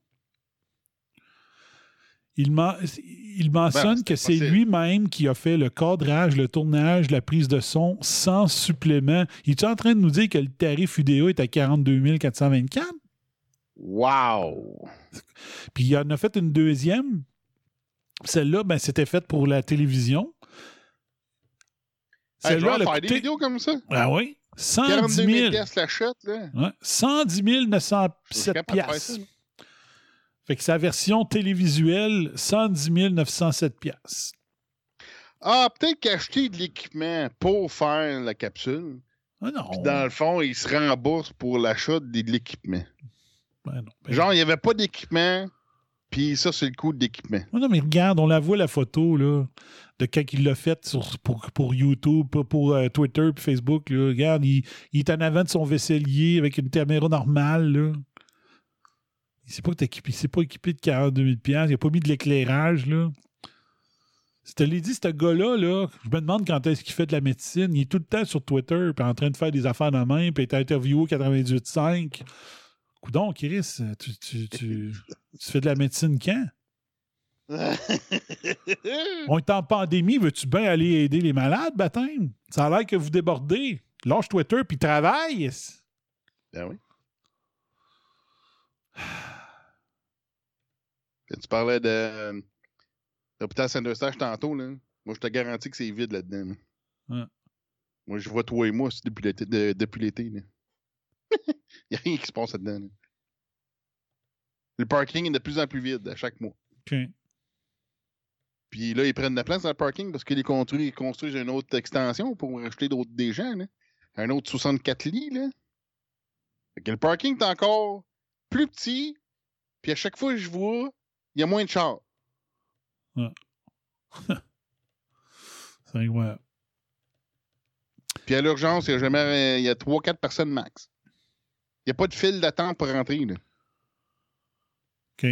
Il mentionne que c'est lui-même qui a fait le cadrage, le tournage, la prise de son sans supplément. Il est en train de nous dire que le tarif vidéo est à 42 424? Wow! Puis il en a fait une deuxième. Celle-là, ben, c'était faite pour la télévision. Celle-là, elle a coûté... des vidéos comme ça? Ah oui. 110 000 $. La shot, là. Ouais, 110 907 $. Fait que sa version télévisuelle, 110 907 $. Ah, peut-être qu'acheter de l'équipement pour faire la capsule. Ah non. Puis dans le fond, il se rembourse pour l'achat de l'équipement. Ben non. Genre, il n'y avait pas d'équipement, puis ça, c'est le coût de l'équipement. Non, mais regarde, on la voit, la photo, là, de quand il l'a faite pour YouTube, pour Twitter puis Facebook. Là. Regarde, il est en avant de son vaisselier avec une caméra normale, là. Il ne s'est pas équipé de 42 000 $. Il n'a pas mis de l'éclairage, là. Je te l'ai dit, ce gars-là, là, je me demande quand est-ce qu'il fait de la médecine. Il est tout le temps sur Twitter, puis en train de faire des affaires de main, puis il est interviewé au 98.5. Coudon, Chris, tu fais de la médecine quand? On est en pandémie, veux-tu bien aller aider les malades, baptême? Ça a l'air que vous débordez. Lâche Twitter, puis travaille. Ben oui. Tu parlais de l'hôpital Saint-Eustache tantôt, là. Moi, je te garantis que c'est vide là-dedans. Là. Ouais. Moi, je vois toi et moi depuis l'été. Il n'y a rien qui se passe là-dedans. Là. Le parking est de plus en plus vide à chaque mois. OK. Puis là, ils prennent de la place dans le parking parce qu'ils construisent une autre extension pour acheter des gens. Là. Un autre 64 lits. Là. Fait que le parking est encore plus petit. Puis à chaque fois que je vois, il y a moins de chars. Ouais. C'est incroyable. Puis à l'urgence, il y a 3-4 personnes max. Il n'y a pas de file d'attente pour rentrer. Là. OK.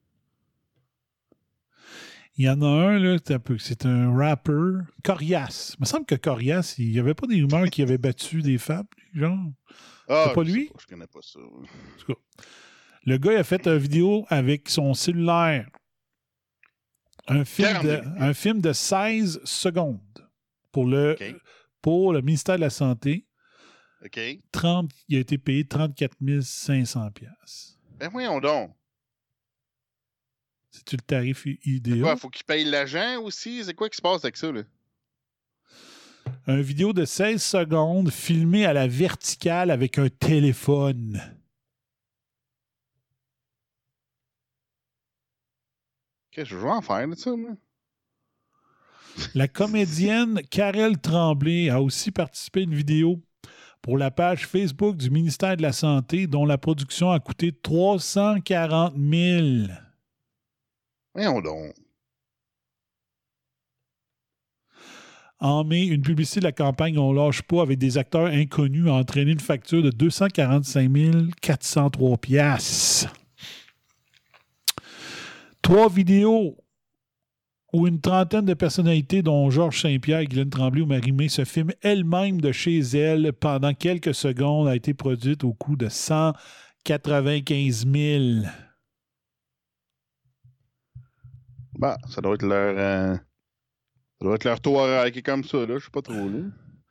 Il y en a un, là, c'est un rapper, Corias. Il me semble que Corias, il n'y avait pas des rumeurs qu'il avait battu des femmes, genre. C'est pas lui? Je connais pas ça. En tout cas, le gars, il a fait une vidéo avec son cellulaire. Un film de 16 secondes pour le ministère de la Santé. OK. Il a été payé 34 500 $. Ben voyons donc. C'est-tu le tarif idéal? Quoi, faut qu'il paye l'agent aussi? C'est quoi qui se passe avec ça, là? Une vidéo de 16 secondes filmée à la verticale avec un téléphone. Qu'est-ce que je vais en faire de ça, moi? La comédienne Karel Tremblay a aussi participé à une vidéo pour la page Facebook du ministère de la Santé dont la production a coûté 340 000. Voyons donc. En mai, une publicité de la campagne On lâche pas avec des acteurs inconnus a entraîné une facture de 245 403 $. 3 vidéos où une trentaine de personnalités, dont Georges Saint-Pierre, Guylaine Tremblay ou Marie-Mé, se filment elles-mêmes de chez elles pendant quelques secondes, a été produite au coût de 195 000. Bah, ça doit être leur tour à raquer comme ça, là. Je sais pas trop, là.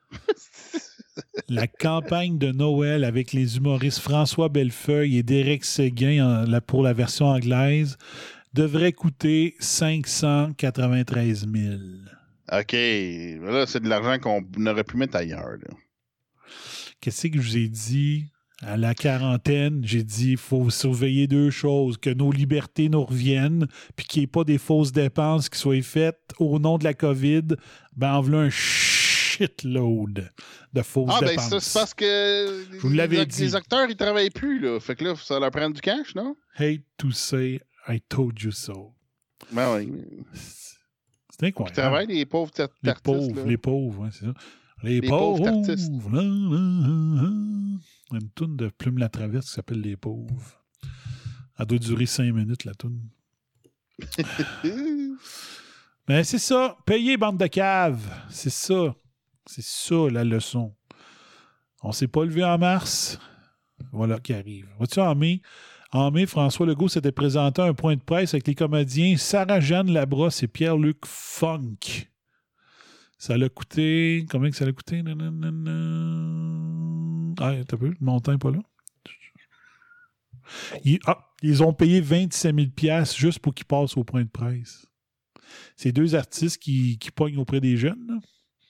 La campagne de Noël avec les humoristes François Bellefeuille et Derek Séguin pour la version anglaise devrait coûter 593 000. OK. Là, c'est de l'argent qu'on aurait pu mettre ailleurs, là. Qu'est-ce que je vous ai dit? À la quarantaine, j'ai dit il faut surveiller 2 choses, que nos libertés nous reviennent, puis qu'il n'y ait pas des fausses dépenses qui soient faites au nom de la COVID. Ben, en voilà un shitload de fausses dépenses. Ah, ben ça, c'est parce que je vous l'avais dit. Les acteurs, ils travaillent plus, là. Fait que là, ça leur prend du cash, non? Hate to say I told you so. Ben oui. C'est incroyable. Ils travaillent, les pauvres artistes. Les pauvres, ouais, c'est ça. Les pauvres artistes. Là. Une toune de Plume la Traverse qui s'appelle Les pauvres. Elle doit durer 5 minutes, la toune. Mais c'est ça. Payez, bande de caves. C'est ça. C'est ça, la leçon. On s'est pas levé en mars. Voilà qui arrive. Vois-tu, en mai, François Legault s'était présenté à un point de presse avec les comédiens Sarah-Jeanne Labrosse et Pierre-Luc Funk. Ça l'a coûté... Combien que ça l'a coûté? Ah, t'as peu, le montant n'est pas là. Ils ont payé 27 000 $ juste pour qu'ils passent au point de presse. C'est 2 artistes qui pognent auprès des jeunes. Là.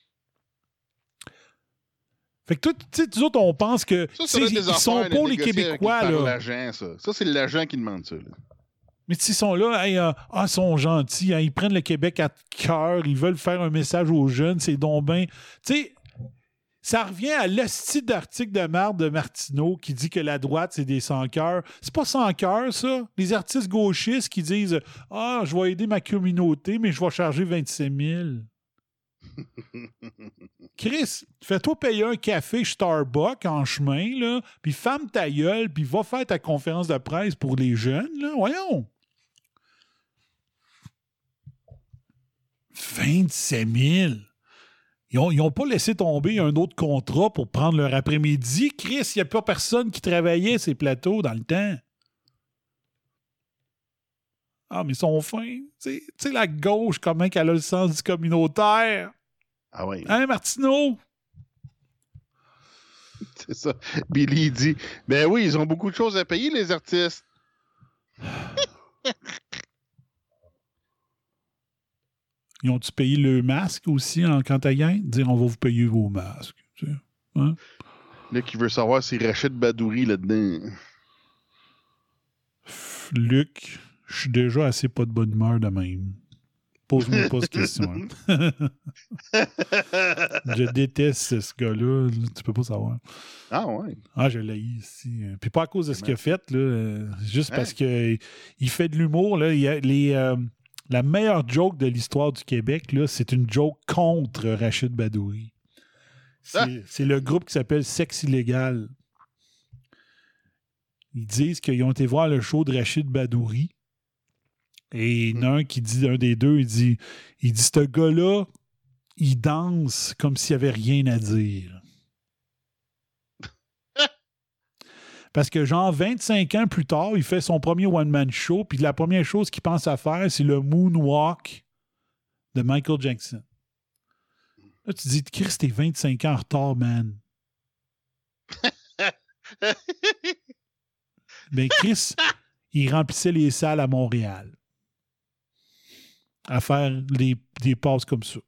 Fait que tu sais, nous autres, on pense que ils sont pour les Québécois. Là. Ça, c'est l'agent qui demande ça. Là. Mais s'ils sont là, ils sont gentils, ils prennent le Québec à cœur, ils veulent faire un message aux jeunes, c'est donc bien... Tu sais, ça revient à l'hostie d'article de marde de Martineau qui dit que la droite, c'est des sans-cœurs. C'est pas sans-cœur, ça. Les artistes gauchistes qui disent « Ah, je vais aider ma communauté, mais je vais charger 27 000. » Chris, fais-toi payer un café Starbucks en chemin, là, puis ferme ta gueule, puis va faire ta conférence de presse pour les jeunes, là. Voyons. 27 000. Ils n'ont pas laissé tomber un autre contrat pour prendre leur après-midi. Chris, il n'y a pas personne qui travaillait ces plateaux dans le temps. Ah, mais ils sont fins. Tu sais, la gauche, comment qu'elle a le sens du communautaire. Ah oui. Hein, Martineau? C'est ça. Billy dit, ben oui, ils ont beaucoup de choses à payer, les artistes. Ils ont-tu payé le masque aussi en cantayen? Dire, on va vous payer vos masques. Tu sais, hein? Là, qui veut savoir si Rachid Badouri là-dedans. Luc, je suis déjà assez pas de bonne humeur de même. Pose-moi pas cette question. Hein. Je déteste ce gars-là. Tu peux pas savoir. Ah ouais? Ah, je l'ai ici. Puis pas à cause de ce qu'il a fait, là, juste parce qu'il fait de l'humour. Là. La meilleure joke de l'histoire du Québec, là, c'est une joke contre Rachid Badouri. C'est le groupe qui s'appelle Sexe Illégal. Ils disent qu'ils ont été voir le show de Rachid Badouri. Et il y en a un qui dit, un des deux, il dit ce gars-là, il danse comme s'il n'y avait rien à dire. Parce que genre 25 ans plus tard, il fait son premier one-man show, puis la première chose qu'il pense à faire, c'est le moonwalk de Michael Jackson. Là, tu dis, Chris, t'es 25 ans en retard, man. Ben, Chris, il remplissait les salles à Montréal à faire des passes comme ça.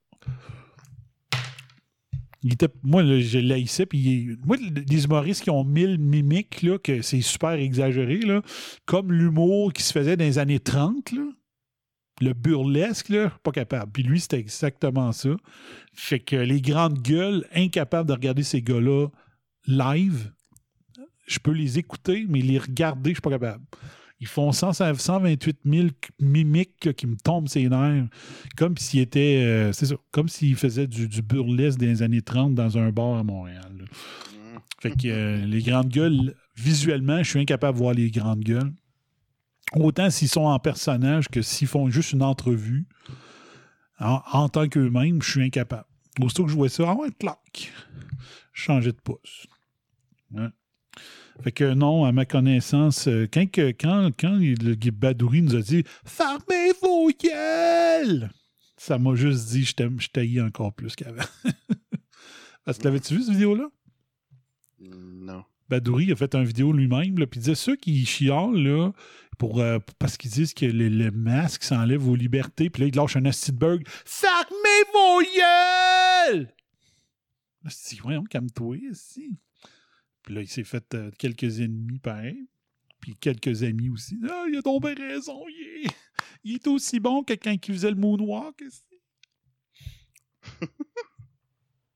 Moi, là, je l'haïssais. Puis moi, les humoristes qui ont 1000 mimiques, là, que c'est super exagéré, là, comme l'humour qui se faisait dans les années 30, là, le burlesque, là, pas capable. Puis lui, c'était exactement ça. Fait que les grandes gueules, incapables de regarder ces gars-là live, je peux les écouter, mais les regarder, je suis pas capable. Ils font 128 000 mimiques là, qui me tombent ses nerfs. Comme s'ils étaient... c'est ça. Comme s'ils faisaient du burlesque des années 30 dans un bar à Montréal. Là. Fait que les grandes gueules, visuellement, je suis incapable de voir les grandes gueules. Autant s'ils sont en personnage que s'ils font juste une entrevue en tant qu'eux-mêmes, je suis incapable. Aussitôt que je vois ça, clac! Je changeais de pouce. Ouais. Fait que non, à ma connaissance, quand le Badouri nous a dit « Fermez vos gueules! » Ça m'a juste dit « Je t'haïs encore plus qu'avant. » Parce que l'avais-tu vu, cette vidéo-là? Non. Badouri a fait une vidéo lui-même, puis il disait ceux qui chialent, là, parce qu'ils disent que le masque s'enlève vos libertés, puis là, il lâche un Astidberg « Fermez vos gueules! » Là, je dis « Voyons, calme-toi, ici. » Puis là, il s'est fait quelques ennemis pareil. Puis quelques amis aussi. Ah, il a donc bien raison. Il est aussi bon que quand il faisait le moonwalk.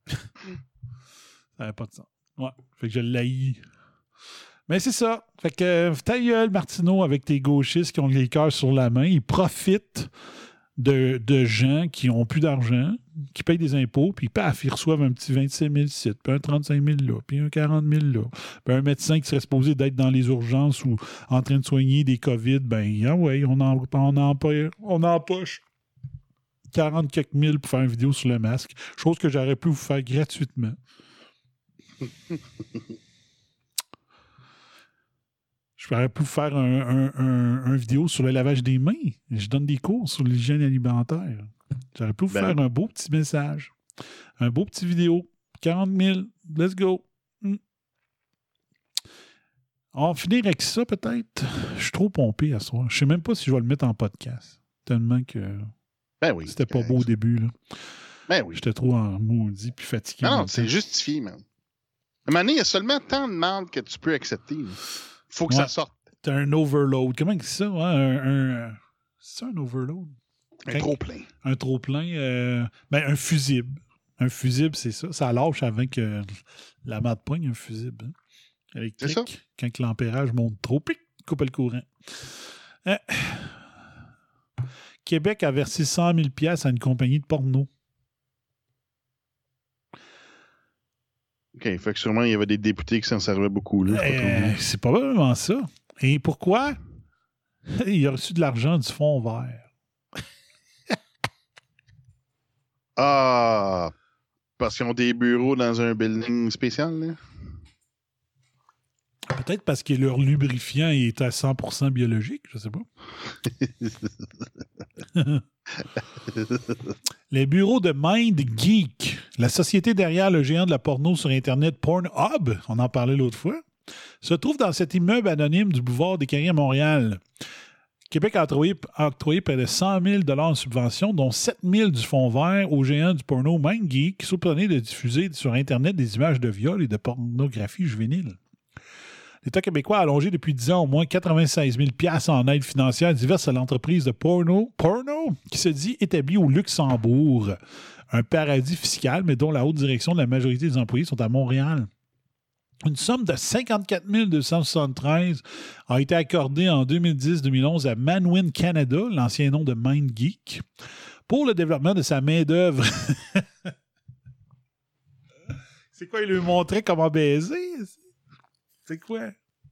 Ça n'avait pas de sens. Ouais. Fait que je l'haïs. Mais c'est ça. Fait que ta gueule, Martineau, avec tes gauchistes qui ont les cœurs sur la main, ils profitent de gens qui n'ont plus d'argent, qui payent des impôts, puis paf, ils reçoivent un petit 25 000 ici, puis un 35 000 là, puis un 40 000 là. Puis un médecin qui serait supposé d'être dans les urgences ou en train de soigner des COVID, ben, ah ouais, on empoche 40 quelques mille pour faire une vidéo sur le masque. Chose que j'aurais pu vous faire gratuitement. J'aurais pu vous faire un vidéo sur le lavage des mains. Je donne des cours sur l'hygiène alimentaire. J'aurais pu vous faire un beau petit message. Un beau petit vidéo. 40 000. Let's go. On va finir avec ça, peut-être. Je suis trop pompé à ce soir. Je ne sais même pas si je vais le mettre en podcast. Tellement que c'était pas beau au début. Là. Ben oui. J'étais trop en maudit puis fatigué. Non, c'est justifié, man. À un moment donné, il y a seulement tant de mal que tu peux accepter. Il faut que ça sorte. T'as un overload. Comment c'est ça? Ouais? C'est un overload? Un trop-plein. Un trop-plein. Un fusible. Un fusible, c'est ça. Ça lâche avant que la mat poigne un fusible. Hein? Électrique. C'est ça. Quand l'ampérage monte trop, pic, coupe le courant. Québec a versé 100 000 $ à une compagnie de porno. OK, fait que sûrement, il y avait des députés qui s'en servaient beaucoup. Là, c'est probablement ça. Et pourquoi? Il a reçu de l'argent du fonds vert. Ah! Parce qu'ils ont des bureaux dans un building spécial, là? Peut-être parce que leur lubrifiant est à 100% biologique, je sais pas. Les bureaux de MindGeek, la société derrière le géant de la porno sur Internet Pornhub, on en parlait l'autre fois, se trouve dans cet immeuble anonyme du boulevard des Carrières à Montréal. Québec a octroyé près de 100 000 $ en subvention, dont 7 000 du fonds vert au géant du porno MindGeek, qui soupçonnait de diffuser sur Internet des images de viol et de pornographie juvénile. L'État québécois a allongé depuis 10 ans au moins 96 000 $ en aide financière diverse à l'entreprise de porno qui se dit établie au Luxembourg, un paradis fiscal, mais dont la haute direction de la majorité des employés sont à Montréal. Une somme de 54 273 a été accordée en 2010-2011 à Manwin Canada, l'ancien nom de MindGeek, pour le développement de sa main-d'œuvre. C'est quoi, il lui montrait comment baiser? C'est quoi?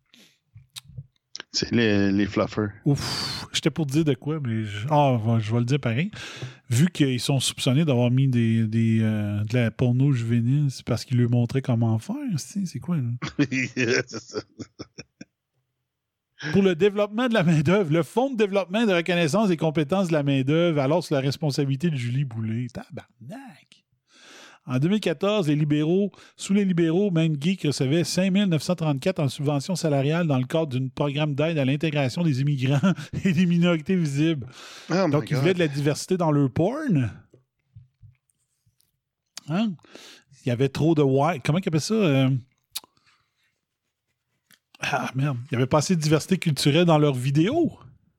C'est les fluffers. Ouf, j'étais pour te dire de quoi, mais je vais le dire pareil. Vu qu'ils sont soupçonnés d'avoir mis de la porno juvénile, c'est parce qu'ils lui montraient comment faire. C'est quoi, là? C'est ça. Pour le développement de la main-d'œuvre, le Fonds de développement et de reconnaissance des compétences de la main-d'œuvre, alors sous la responsabilité de Julie Boulay. Tabarnak! En 2014, sous les libéraux, MindGeek recevait 5 934 en subvention salariale dans le cadre d'un programme d'aide à l'intégration des immigrants et des minorités visibles. Oh donc, ils voulaient de la diversité dans leur porn. Hein? Il y avait trop de white. Comment ils appellent ça? Ah, merde. Il y avait pas assez de diversité culturelle dans leurs vidéos.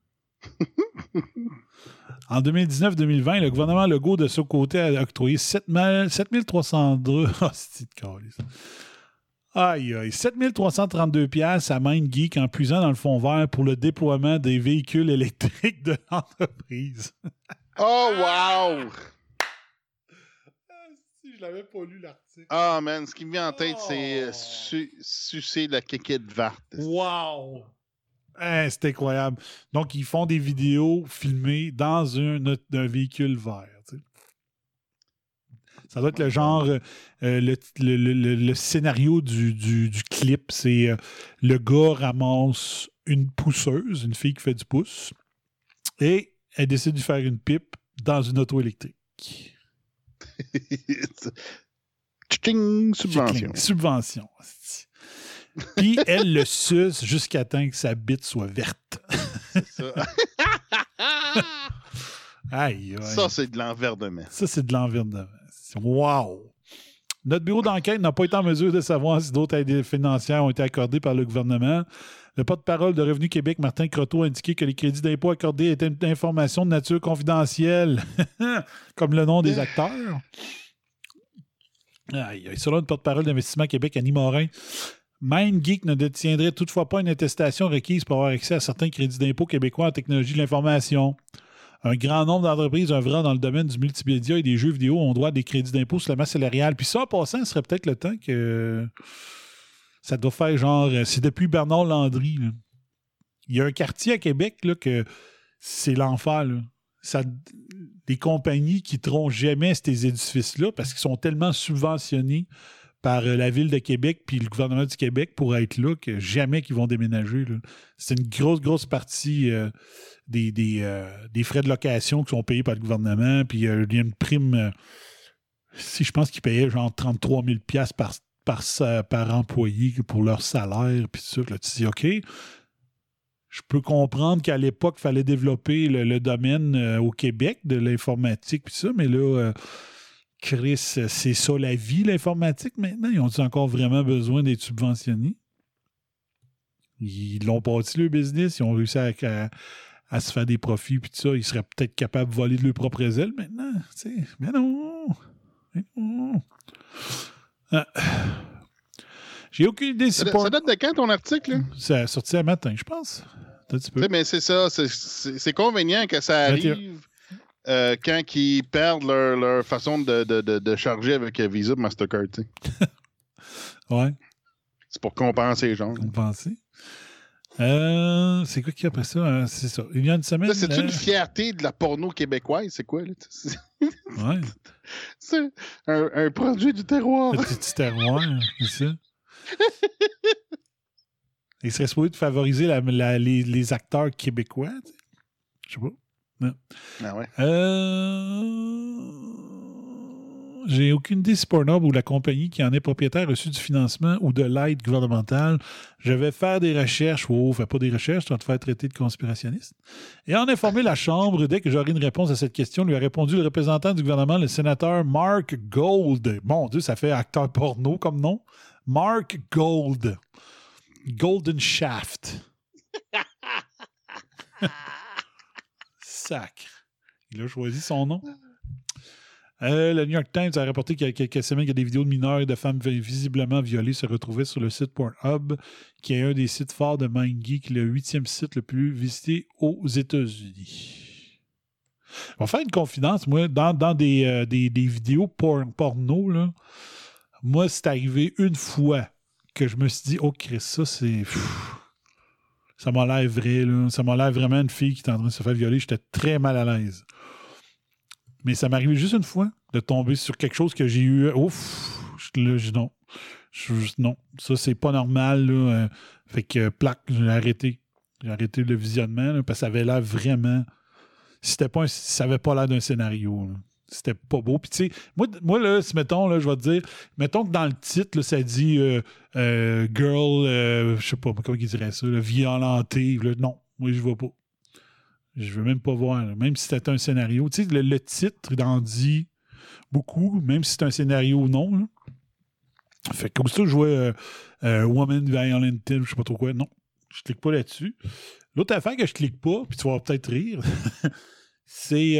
En 2019-2020, le gouvernement Legault, de son côté, a octroyé 7 302... Ah, c'est de calice. Aïe, aïe. 7 332 $ à MindGeek en puisant dans le fonds vert pour le déploiement des véhicules électriques de l'entreprise. Oh, wow! Si je l'avais pas lu, l'article. Ah, man, ce qui me vient en tête, c'est sucer la kékette verte. Wow! C'est incroyable. Donc, ils font des vidéos filmées dans un véhicule vert. Tu sais. Ça doit être le genre... le scénario du clip, c'est le gars ramasse une pousseuse, une fille qui fait du pouce, et elle décide de faire une pipe dans une auto électrique. Subvention. Subvention. Puis elle le suce jusqu'à temps que sa bite soit verte. C'est ça. Aïe, aïe. Ça, c'est de l'envernement. Ça, c'est de l'envernement. Wow! Notre bureau d'enquête n'a pas été en mesure de savoir si d'autres aides financières ont été accordées par le gouvernement. Le porte-parole de Revenu Québec, Martin Croteau, a indiqué que les crédits d'impôt accordés étaient une information de nature confidentielle, comme le nom des acteurs. Selon le porte-parole d'Investissement Québec, Annie Morin, MindGeek ne détiendrait toutefois pas une attestation requise pour avoir accès à certains crédits d'impôt québécois en technologie de l'information. Un grand nombre d'entreprises œuvrant dans le domaine du multimédia et des jeux vidéo ont droit à des crédits d'impôt sur la masse salariale. Puis ça, en passant, ce serait peut-être le temps que ça doit faire genre... C'est depuis Bernard Landry. Là. Il y a un quartier à Québec là, que c'est l'enfer. Là. Des compagnies qui quitteront jamais ces édifices-là parce qu'ils sont tellement subventionnés par la Ville de Québec puis le gouvernement du Québec pour être là que jamais qu'ils vont déménager. Là. C'est une grosse partie des frais de location qui sont payés par le gouvernement. Puis il y a une prime, si je pense qu'ils payaient genre 33 000 $ par employé pour leur salaire. Puis tout ça. Là, tu dis, OK, je peux comprendre qu'à l'époque, il fallait développer le domaine au Québec de l'informatique puis ça, mais là... Chris, c'est ça la vie, l'informatique, maintenant? Ils ont-ils encore vraiment besoin d'être subventionnés? Ils l'ont bâti, le business. Ils ont réussi à se faire des profits, puis tout ça. Ils seraient peut-être capables de voler de leurs propres ailes maintenant. T'sais. Mais non! Mais non! J'ai aucune idée si... Ça date de quand, ton article? Là? Ça a sorti un matin, je pense. Un petit peu. Mais c'est ça. C'est convenient que ça arrive... quand ils perdent leur façon de charger avec Visa et Mastercard. Ouais. C'est pour compenser les gens. Compenser. C'est quoi qui a après ça? C'est ça. Il y a une semaine... Là, c'est-tu une fierté de la porno québécoise? C'est quoi? Là? Ouais. C'est un produit du terroir. Le petit terroir, c'est ça. Il serait supposé de favoriser les acteurs québécois. Je sais pas. Non. Ah ouais. J'ai aucune idée si Pornhub ou la compagnie qui en est propriétaire a reçu du financement ou de l'aide gouvernementale. Je vais faire des recherches. Fais pas des recherches, tu vas te faire traiter de conspirationniste. Et en informer la Chambre, dès que j'aurai une réponse à cette question, lui a répondu le représentant du gouvernement, le sénateur Mark Gold. Mon Dieu, ça fait acteur porno comme nom. Mark Gold. Golden Shaft. Sacre. Il a choisi son nom. Le New York Times a rapporté qu'il y a quelques semaines qu'il y a des vidéos de mineurs et de femmes visiblement violées se retrouvaient sur le site Pornhub, qui est un des sites forts de MindGeek, le 8e site le plus visité aux États-Unis. On va faire une confidence. Moi, dans des vidéos porno, là, moi, c'est arrivé une fois que je me suis dit, oh Chris, ça c'est... Ça m'a l'air vrai, là. Ça m'a l'air vraiment une fille qui est en train de se faire violer. J'étais très mal à l'aise. Mais ça m'est arrivé juste une fois de tomber sur quelque chose que j'ai eu. Ouf! Non. Non. Ça, c'est pas normal, là. Fait que, plaque, j'ai arrêté. J'ai arrêté le visionnement, là, parce que ça avait l'air vraiment... Ça avait pas l'air d'un scénario, là. C'était pas beau. Puis, tu sais, moi là, mettons, là, je vais te dire, mettons que dans le titre, là, ça dit girl, je sais pas, comment il dirait ça, violentée. Là, non, moi, je vois pas. Je veux même pas voir, là. Même si c'était un scénario. Tu sais, le titre, il en dit beaucoup, même si c'est un scénario ou non. Là. Fait que comme ça, je vois Woman Violent, je sais pas trop quoi. Non, je clique pas là-dessus. L'autre affaire que je clique pas, puis tu vas peut-être rire, c'est...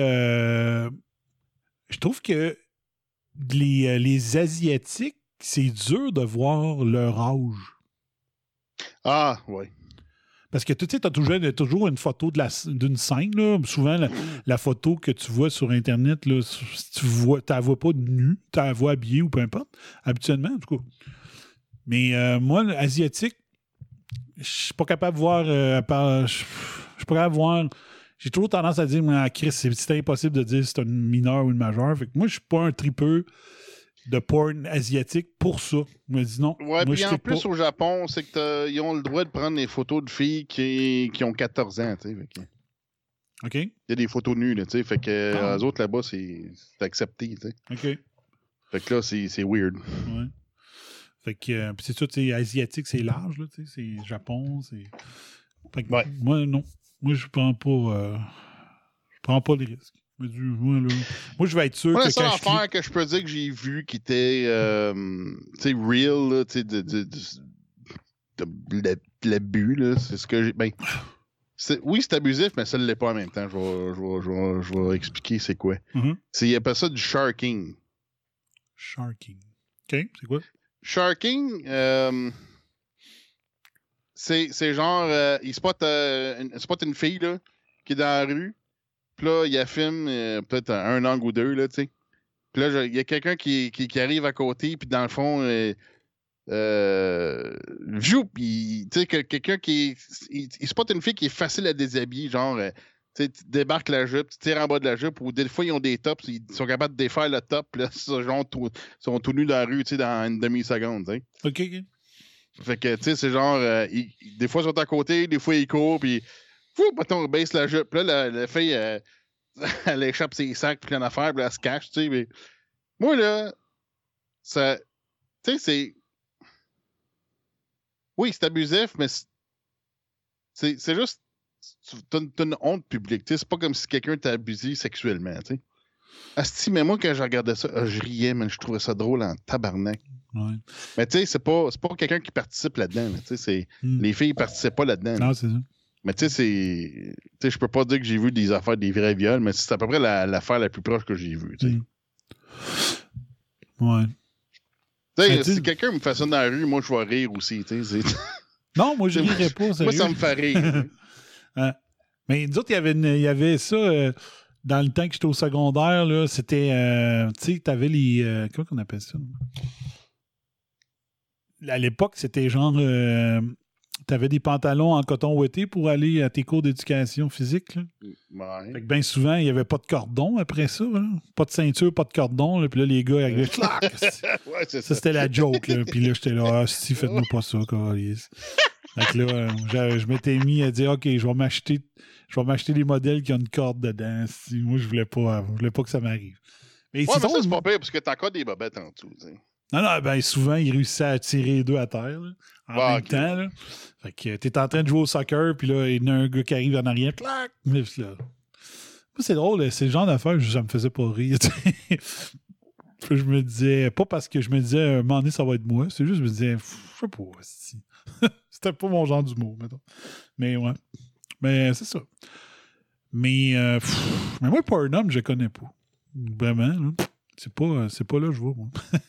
je trouve que les Asiatiques, c'est dur de voir leur âge. Ah, oui. Parce que tu sais, tu as toujours une photo d'une scène. Là. Souvent, la photo que tu vois sur Internet, là, tu ne la vois pas nue, tu la vois habillée ou peu importe. Habituellement, en tout cas. Mais moi, l'Asiatique, je suis pas capable de voir... je suis pas capable de voir... J'ai toujours tendance à dire, Chris, c'est impossible de dire si c'est une mineure ou une majeure. Fait que moi, je suis pas un tripeux de porn asiatique pour ça. Je me dis non. Ouais, puis en plus, au Japon, c'est qu'ils ont le droit de prendre des photos de filles qui ont 14 ans, tu sais. OK. Il y a des photos nues, tu sais. Fait que les autres là-bas, c'est accepté, tu sais. OK. Fait que là, c'est weird. Ouais. Fait que, c'est ça, tu sais, asiatique, c'est large, là, tu sais. C'est Japon, c'est... Fait que, ouais. Moi, non. Moi, je prends pas les risques. Moi, je vais être sûr que... La seule affaire que je peux dire que j'ai vu qui était real, là, de l'abus, là, c'est ce que j'ai... Ben, oui, c'est abusif, mais ça ne l'est pas en même temps. Je vais expliquer c'est quoi. Mm-hmm. Il appelle ça du sharking. Sharking. OK, c'est quoi? Sharking, c'est genre, il spot une fille là, qui est dans la rue. Puis là, il y a film peut-être un angle ou deux, là, tu sais. Puis là, il y a quelqu'un qui arrive à côté, puis dans le fond, puis tu sais, quelqu'un il spot une fille qui est facile à déshabiller, genre, tu débarques la jupe, tu tires en bas de la jupe, ou des fois, ils ont des tops, ils sont capables de défaire le top, puis là, genre, sont tout nus dans la rue, tu sais, dans une demi-seconde, tu sais. OK. Fait que, tu sais, c'est genre, des fois, ils sont à côté, des fois, ils courent, puis, on baisse la jupe. Puis là, la fille, elle échappe ses sacs, puis plein d'affaires, puis elle se cache, tu sais. Mais moi, là, ça. Tu sais, c'est. Oui, c'est abusif, mais c'est juste. T'as une honte publique, tu sais. C'est pas comme si quelqu'un t'a abusé sexuellement, tu sais. Asti, mais moi, quand je regardais ça, je riais, mais je trouvais ça drôle en tabarnak. Ouais. Mais tu sais, c'est pas quelqu'un qui participe là-dedans. Tu sais, les filles participent pas là-dedans. Non, c'est ça. Mais tu sais, je peux pas dire que j'ai vu des affaires, des vrais viols, mais c'est à peu près l'affaire la plus proche que j'ai vue. Ouais. Tu sais, si quelqu'un me fait ça dans la rue, moi, je vais rire aussi. Non, moi, je rirais pas. Sérieux. Moi, ça me fait rire. Mais d'autres, il y avait ça dans le temps que j'étais au secondaire. Là, c'était, tu sais, t'avais les... comment qu'on appelle ça? À l'époque, c'était genre... t'avais des pantalons en coton ouaté pour aller à tes cours d'éducation physique. Là. Ouais. Fait que bien souvent, il n'y avait pas de cordon après ça. Là. Pas de ceinture, pas de cordon. Là, puis là, les gars arrivaient... Ouais, ça, c'était la joke. Là. Puis là, j'étais là, si, faites-moi pas ça, câlisse. Fait que là, je m'étais mis à dire, OK, je vais m'acheter des modèles qui ont une corde dedans. Si, moi, je voulais pas que ça m'arrive. Mais ça, c'est pas pire, parce que t'as encore des bobettes en dessous. T'sais. Non, ben souvent, ils réussissaient à tirer les deux à terre là, en même temps. Là. Fait que t'es en train de jouer au soccer, puis là, il y a un gars qui arrive en arrière, clac! Là. Moi, c'est drôle, c'est le genre d'affaire, ça me faisait pas rire. Puis je me disais, pas parce que je me disais, un moment donné, ça va être moi, c'est juste, je me disais, je sais pas, si. C'était pas mon genre d'humour, mettons. Mais ouais. Mais c'est ça. Mais moi, Pornhub, je connais pas. Vraiment, là. C'est pas là que je vois, moi.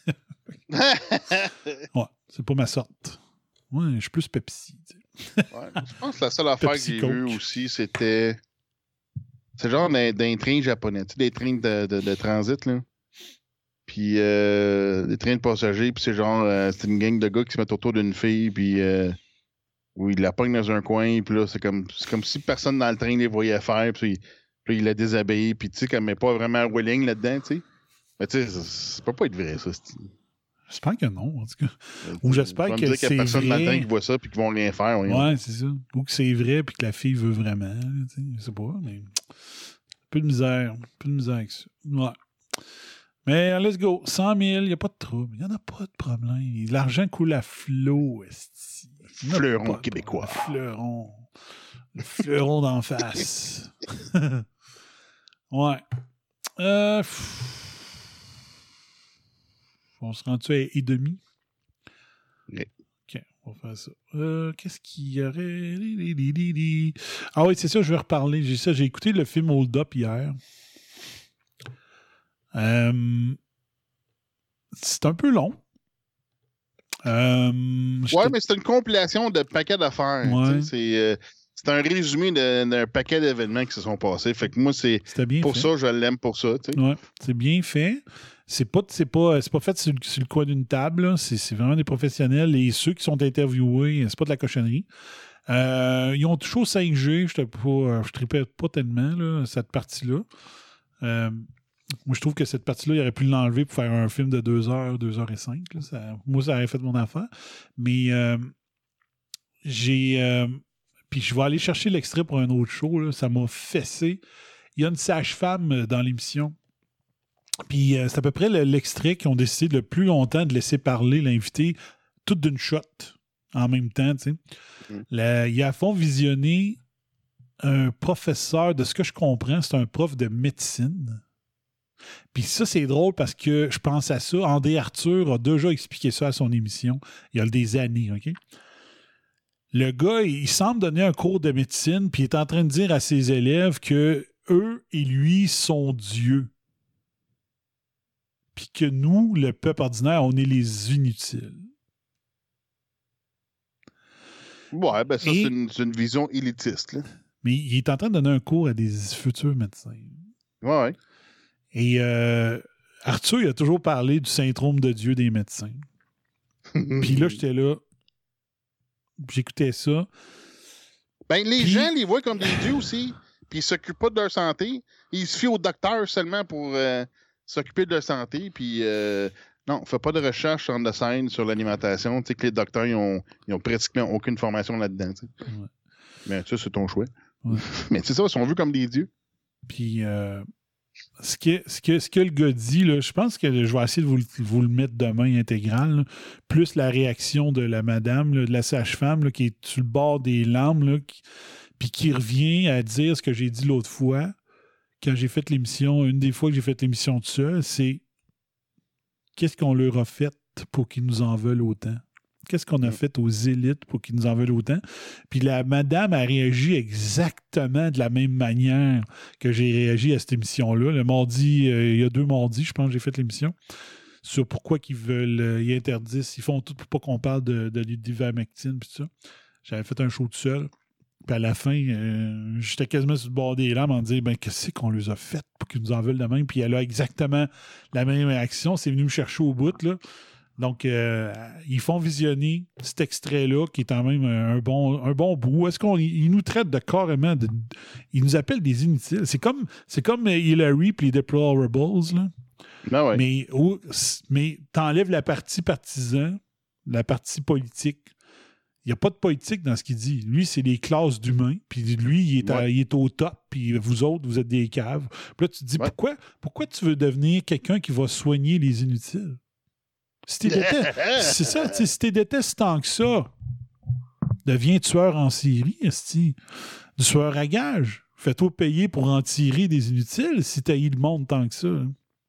Ouais, c'est pas ma sorte. Ouais, je suis plus Pepsi. Ouais, je pense que la seule affaire que j'ai vue aussi, c'était... C'est genre d'un train japonais, tu sais, des trains de transit, là. Puis des trains de passagers, puis c'est genre... c'est une gang de gars qui se mettent autour d'une fille, puis... où ils la pognent dans un coin, puis là, c'est comme si personne dans le train les voyait faire, puis il la déshabille, puis tu sais, comme elle n'est pas vraiment willing là-dedans, tu sais. Mais tu sais, ça peut pas être vrai, ça. J'espère que non, en tout cas. Ou j'espère que c'est vrai. Qu'il y a personne dans le train qui voit ça, puis qu'ils vont rien faire. Ouais, c'est ça. Ou que c'est vrai, puis que la fille veut vraiment, tu sais. Je sais pas, mais... Peu de misère avec ça. Ouais. Mais let's go. 100 000, il n'y a pas de trouble. Il n'y en a pas de problème. L'argent coule à flot, esti. Fleuron québécois. Fleuron. Le fleuron d'en face. Ouais. On se rend-tu à 1,5? Oui. OK, on va faire ça. Qu'est-ce qu'il y aurait? Ah oui, c'est ça, je vais reparler. J'ai écouté le film Hold Up hier. C'est un peu long. Ouais, mais c'est une compilation de paquets d'affaires. Ouais. C'est un résumé d'un paquet d'événements qui se sont passés. Fait que moi, c'est pour ça, je l'aime pour ça. T'sais. Ouais, c'est bien fait. C'est pas fait sur le coin d'une table. C'est vraiment des professionnels. Et ceux qui sont interviewés, c'est pas de la cochonnerie. Ils ont touché au 5G. Je tripais pas tellement, là, cette partie-là. Moi, je trouve que cette partie-là, il aurait pu l'enlever pour faire un film de 2 heures, 2h05. Là. Moi, ça aurait fait mon affaire. Mais puis je vais aller chercher l'extrait pour un autre show. Là. Ça m'a fessé. Il y a une sage-femme dans l'émission. Puis c'est à peu près l'extrait qu'ils ont décidé le plus longtemps de laisser parler l'invité tout d'une shot en même temps. Tu sais. Ils font visionner un professeur, de ce que je comprends, c'est un prof de médecine. Puis ça, c'est drôle parce que je pense à ça. André Arthur a déjà expliqué ça à son émission il y a des années, OK? Le gars, il semble donner un cours de médecine puis il est en train de dire à ses élèves que eux et lui sont Dieu. puis que nous, le peuple ordinaire, on est les inutiles. Ouais, ben ça, c'est une vision élitiste. Là. Mais il est en train de donner un cours à des futurs médecins. Ouais. Et Arthur, il a toujours parlé du syndrome de Dieu des médecins. Puis là, j'étais là, j'écoutais ça. Ben, les gens les voient comme des dieux aussi, puis ils s'occupent pas de leur santé. Ils se fient au docteur seulement pour s'occuper de leur santé, puis non, on fait pas de recherche en scène sur l'alimentation. Tu sais que les docteurs, ils ont pratiquement aucune formation là-dedans. Ouais. Mais ça, c'est ton choix. Ouais. Mais c'est ça, ils sont vus comme des dieux. Puis, ce que le gars dit, là, je pense que je vais essayer de vous le mettre demain intégral, là, plus la réaction de la madame, là, de la sage-femme, là, qui est sur le bord des larmes, puis qui revient à dire ce que j'ai dit l'autre fois, quand j'ai fait l'émission, une des fois que j'ai fait l'émission tout seul, c'est qu'est-ce qu'on leur a fait pour qu'ils nous en veulent autant? Qu'est-ce qu'on a fait aux élites pour qu'ils nous en veulent autant? Puis la madame a réagi exactement de la même manière que j'ai réagi à cette émission-là. Le mardi, il y a 2 mardis, je pense que j'ai fait l'émission, sur pourquoi ils veulent, ils interdisent, ils font tout pour pas qu'on parle de l'ivermectine puis tout ça. J'avais fait un show tout seul. Puis à la fin, j'étais quasiment sur le bord des larmes en disant ben qu'est-ce qu'on leur a fait pour qu'ils nous en veulent de même? Puis elle a exactement la même réaction. C'est venu me chercher au bout, là. Donc, ils font visionner cet extrait-là, qui est quand même un bon bout. Est-ce qu'ils nous traitent de carrément... ils nous appellent des inutiles. C'est comme Hillary et les Deplorables, là. Ben ouais. Mais t'enlèves la partie partisan, la partie politique. Il n'y a pas de politique dans ce qu'il dit. Lui, c'est les classes d'humains, puis lui, il est au top, puis vous autres, vous êtes des caves. Puis là, tu te dis, pourquoi tu veux devenir quelqu'un qui va soigner les inutiles? Si t'es détestes, c'est ça, si t'es détestes tant que ça, deviens tueur en série, esti. Du tueur à gage. Fais-toi payer pour en tirer des inutiles si t'haïs le monde tant que ça. Hein.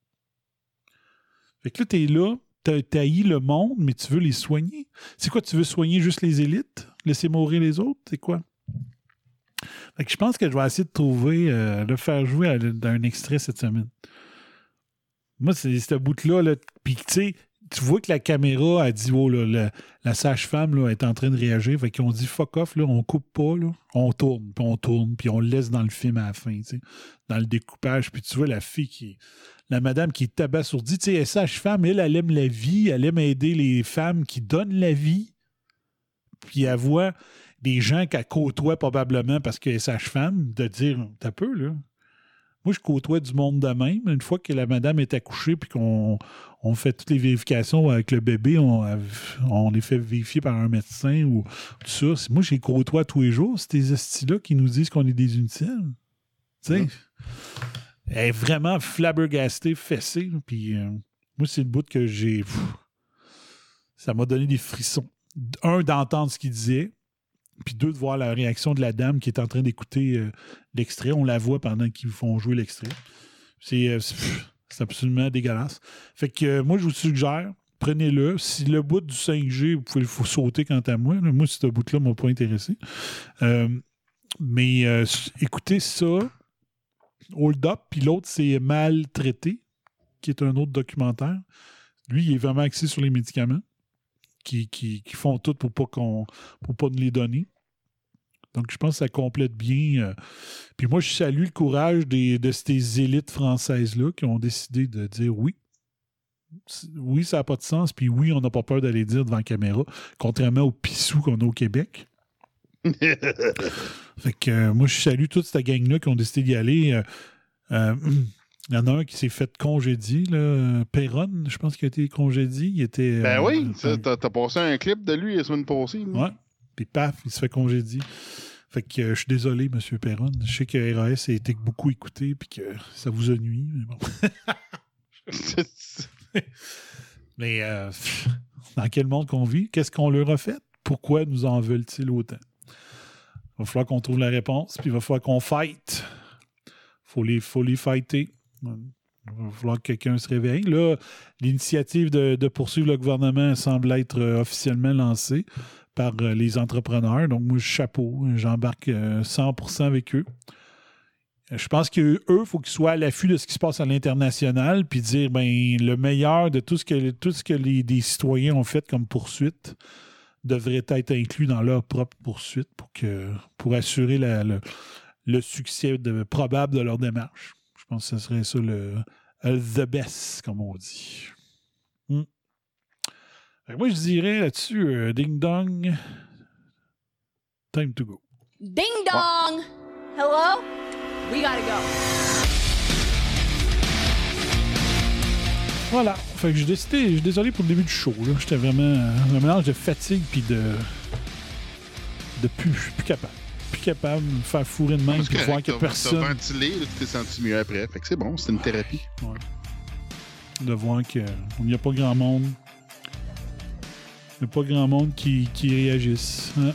Fait que là, t'es là, t'haïs le monde, mais tu veux les soigner. C'est quoi, tu veux soigner juste les élites? Laisser mourir les autres? C'est quoi? Fait que je pense que je vais essayer de trouver, de faire jouer dans un extrait cette semaine. Moi, c'est ce bout-là, là, puis tu sais, tu vois que la caméra a dit, oh, là, la sage-femme là, est en train de réagir. Fait qu'ils ont dit, fuck off, là, on coupe pas, là. On tourne, puis on le laisse dans le film à la fin, tu sais, dans le découpage. Puis tu vois la fille la madame qui est abasourdie, tu sais, elle est sage-femme, elle aime la vie, elle aime aider les femmes qui donnent la vie. Puis elle voit des gens qu'elle côtoie probablement parce qu'elle est sage-femme, de dire, t'as peu, là. Moi, je côtoie du monde de même. Une fois que la madame est accouchée puis qu'on fait toutes les vérifications avec le bébé, on les fait vérifier par un médecin ou tout ça. Moi, je les côtoie tous les jours. C'est ces estis-là qui nous disent qu'on est des inutiles. Tu sais, elle est vraiment flabbergastée, fessée. Puis moi, c'est le bout que j'ai... Ça m'a donné des frissons. Un, d'entendre ce qu'il disait. Puis 2, de voir la réaction de la dame qui est en train d'écouter l'extrait. On la voit pendant qu'ils font jouer l'extrait. C'est absolument dégueulasse. Fait que moi, je vous suggère, prenez-le. Si le bout du 5G, vous pouvez le sauter quant à moi. Là. Moi, ce bout-là ne m'a pas intéressé. Mais écoutez ça. Hold Up. Puis l'autre, c'est Maltraité, qui est un autre documentaire. Lui, il est vraiment axé sur les médicaments. Qui font tout pour pas nous les donner. Donc, je pense que ça complète bien. Puis moi, je salue le courage de ces élites françaises-là qui ont décidé de dire oui. Oui, ça n'a pas de sens. Puis oui, on n'a pas peur d'aller dire devant la caméra, contrairement aux pissous qu'on a au Québec. Fait que moi, je salue toute cette gang-là qui ont décidé d'y aller. Il y en a un qui s'est fait congédier, là. Perron, je pense qu'il a été congédié. Il était, ben oui, t'as passé un clip de lui la semaine passée. Ouais. Puis paf, il se fait congédier. Fait que je suis désolé, M. Perron. Je sais que RAS a été beaucoup écouté puis que ça vous a nuit, mais bon. Mais dans quel monde qu'on vit? Qu'est-ce qu'on leur a fait? Pourquoi nous en veulent-ils autant? Il va falloir qu'on trouve la réponse, puis il va falloir qu'on fight. Faut les fighter. Il va falloir que quelqu'un se réveille. Là, l'initiative de poursuivre le gouvernement semble être officiellement lancée par les entrepreneurs. Donc, moi, chapeau, j'embarque 100% avec eux. Je pense qu'eux, il faut qu'ils soient à l'affût de ce qui se passe à l'international, puis dire, le meilleur de tout ce que les citoyens ont fait comme poursuite devrait être inclus dans leur propre poursuite pour assurer le succès probable de leur démarche. Je pense que ce serait ça the best, comme on dit. Moi, je dirais là-dessus, ding dong, time to go. Ding dong! Hello? We gotta go. Voilà. Fait que je suis désolé pour le début du show. Là. J'étais vraiment un mélange de fatigue puis de plus capable. Plus capable de me faire fourrer de même puis de voir que personne... T'as ventilé, tu t'es senti mieux après. Fait que c'est bon, c'est une thérapie. Ouais. De voir qu'il n'y a pas grand monde. Il n'y a pas grand monde qui réagisse. Hein?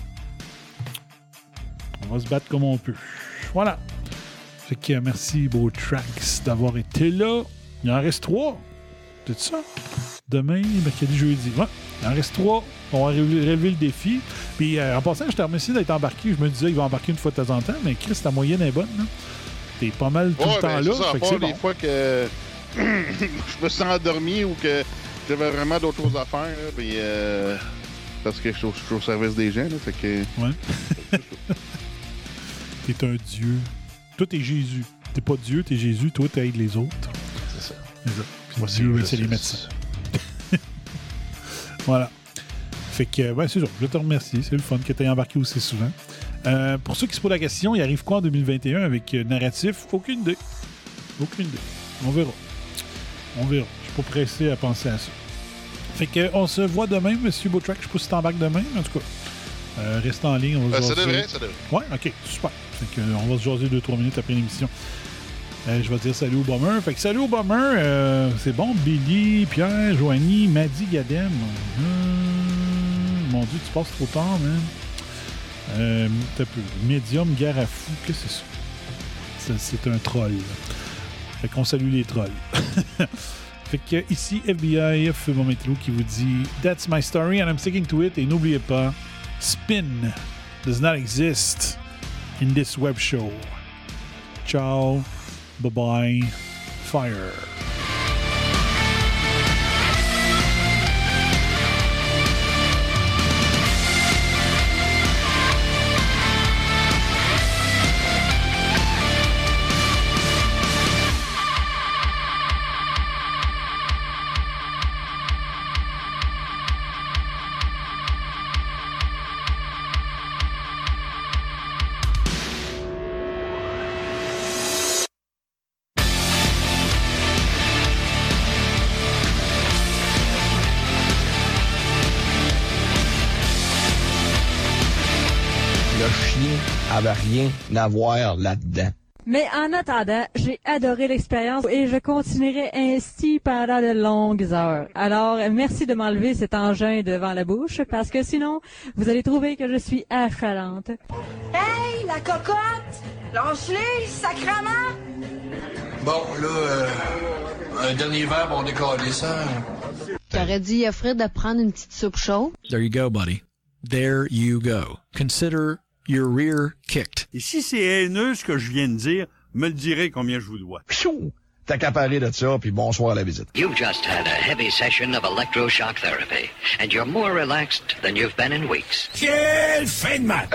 On va se battre comme on peut. Voilà. Fait que merci, Beau Tracks, d'avoir été là. Il en reste 3. C'est ça? Demain, mercredi, jeudi. Ouais. Il en reste 3. On va relever le défi. Puis en passant, je te remercie d'être embarqué. Je me disais qu'il va embarquer une fois de temps en temps, mais Chris, ta moyenne est bonne. Là. T'es pas mal tout le temps là. Ça, fait que c'est des bon. fois que je me sens endormi ou que j'avais vraiment d'autres choses à faire. Là, puis, parce que je suis au service des gens. Là, fait que... Ouais. T'es un dieu. Toi, t'es Jésus. T'es pas Dieu, t'es Jésus. Toi, t'aides les autres. C'est ça. C'est ça. Moi, Dieu, c'est les médecins. Voilà. Fait que, c'est ça. Je te remercie. C'est le fun que tu aies embarqué aussi souvent. Pour ceux qui se posent la question, il arrive quoi en 2021 avec narratif? Aucune idée. Aucune idée. On verra. Je suis pas pressé à penser à ça. Fait que, on se voit demain, Monsieur Beautrack. Je sais pas si t'embarques demain, mais en tout cas. Reste en ligne. On va ça devrait. Ouais, ok, super. Fait que, on va se jaser 2-3 minutes après l'émission. Je vais dire salut au bomber. Fait que salut au bomber. C'est bon, Billy, Pierre, Joanie, Maddy, Gadem. Mon Dieu, tu passes trop tard, man. T'as peu. Médium, guerre à fou. Qu'est-ce que c'est ça? C'est un troll. Fait qu'on salue les trolls. Fait que ici, FBI, Feu Météo qui vous dit That's my story and I'm sticking to it. Et n'oubliez pas, spin does not exist in this web show. Ciao. Bye-bye. Fire. avait rien à voir là-dedans. Mais en attendant, j'ai adoré l'expérience et je continuerai ainsi pendant de longues heures. Alors, merci de m'enlever cet engin devant la bouche parce que sinon, vous allez trouver que je suis affalante. Hey, la cocotte! Lâche-les, sacrement! Bon, là, un dernier verre, on décolle ça. T'aurais dit à Fred de prendre une petite soupe chaude? There you go, buddy. There you go. Consider your rear kicked. Et si c'est haineux ce que je viens de dire, me le direz combien je vous dois. Pfiou! T'as qu'à parler de ça, puis bonsoir à la visite. You've just had a heavy session of electroshock therapy, and you're more relaxed than you've been in weeks. Quelle fin de match!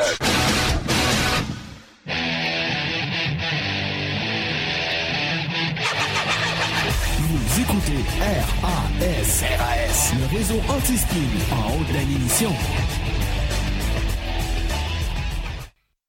Vous écoutez RAS, le réseau anti-spin en haute de l'émission.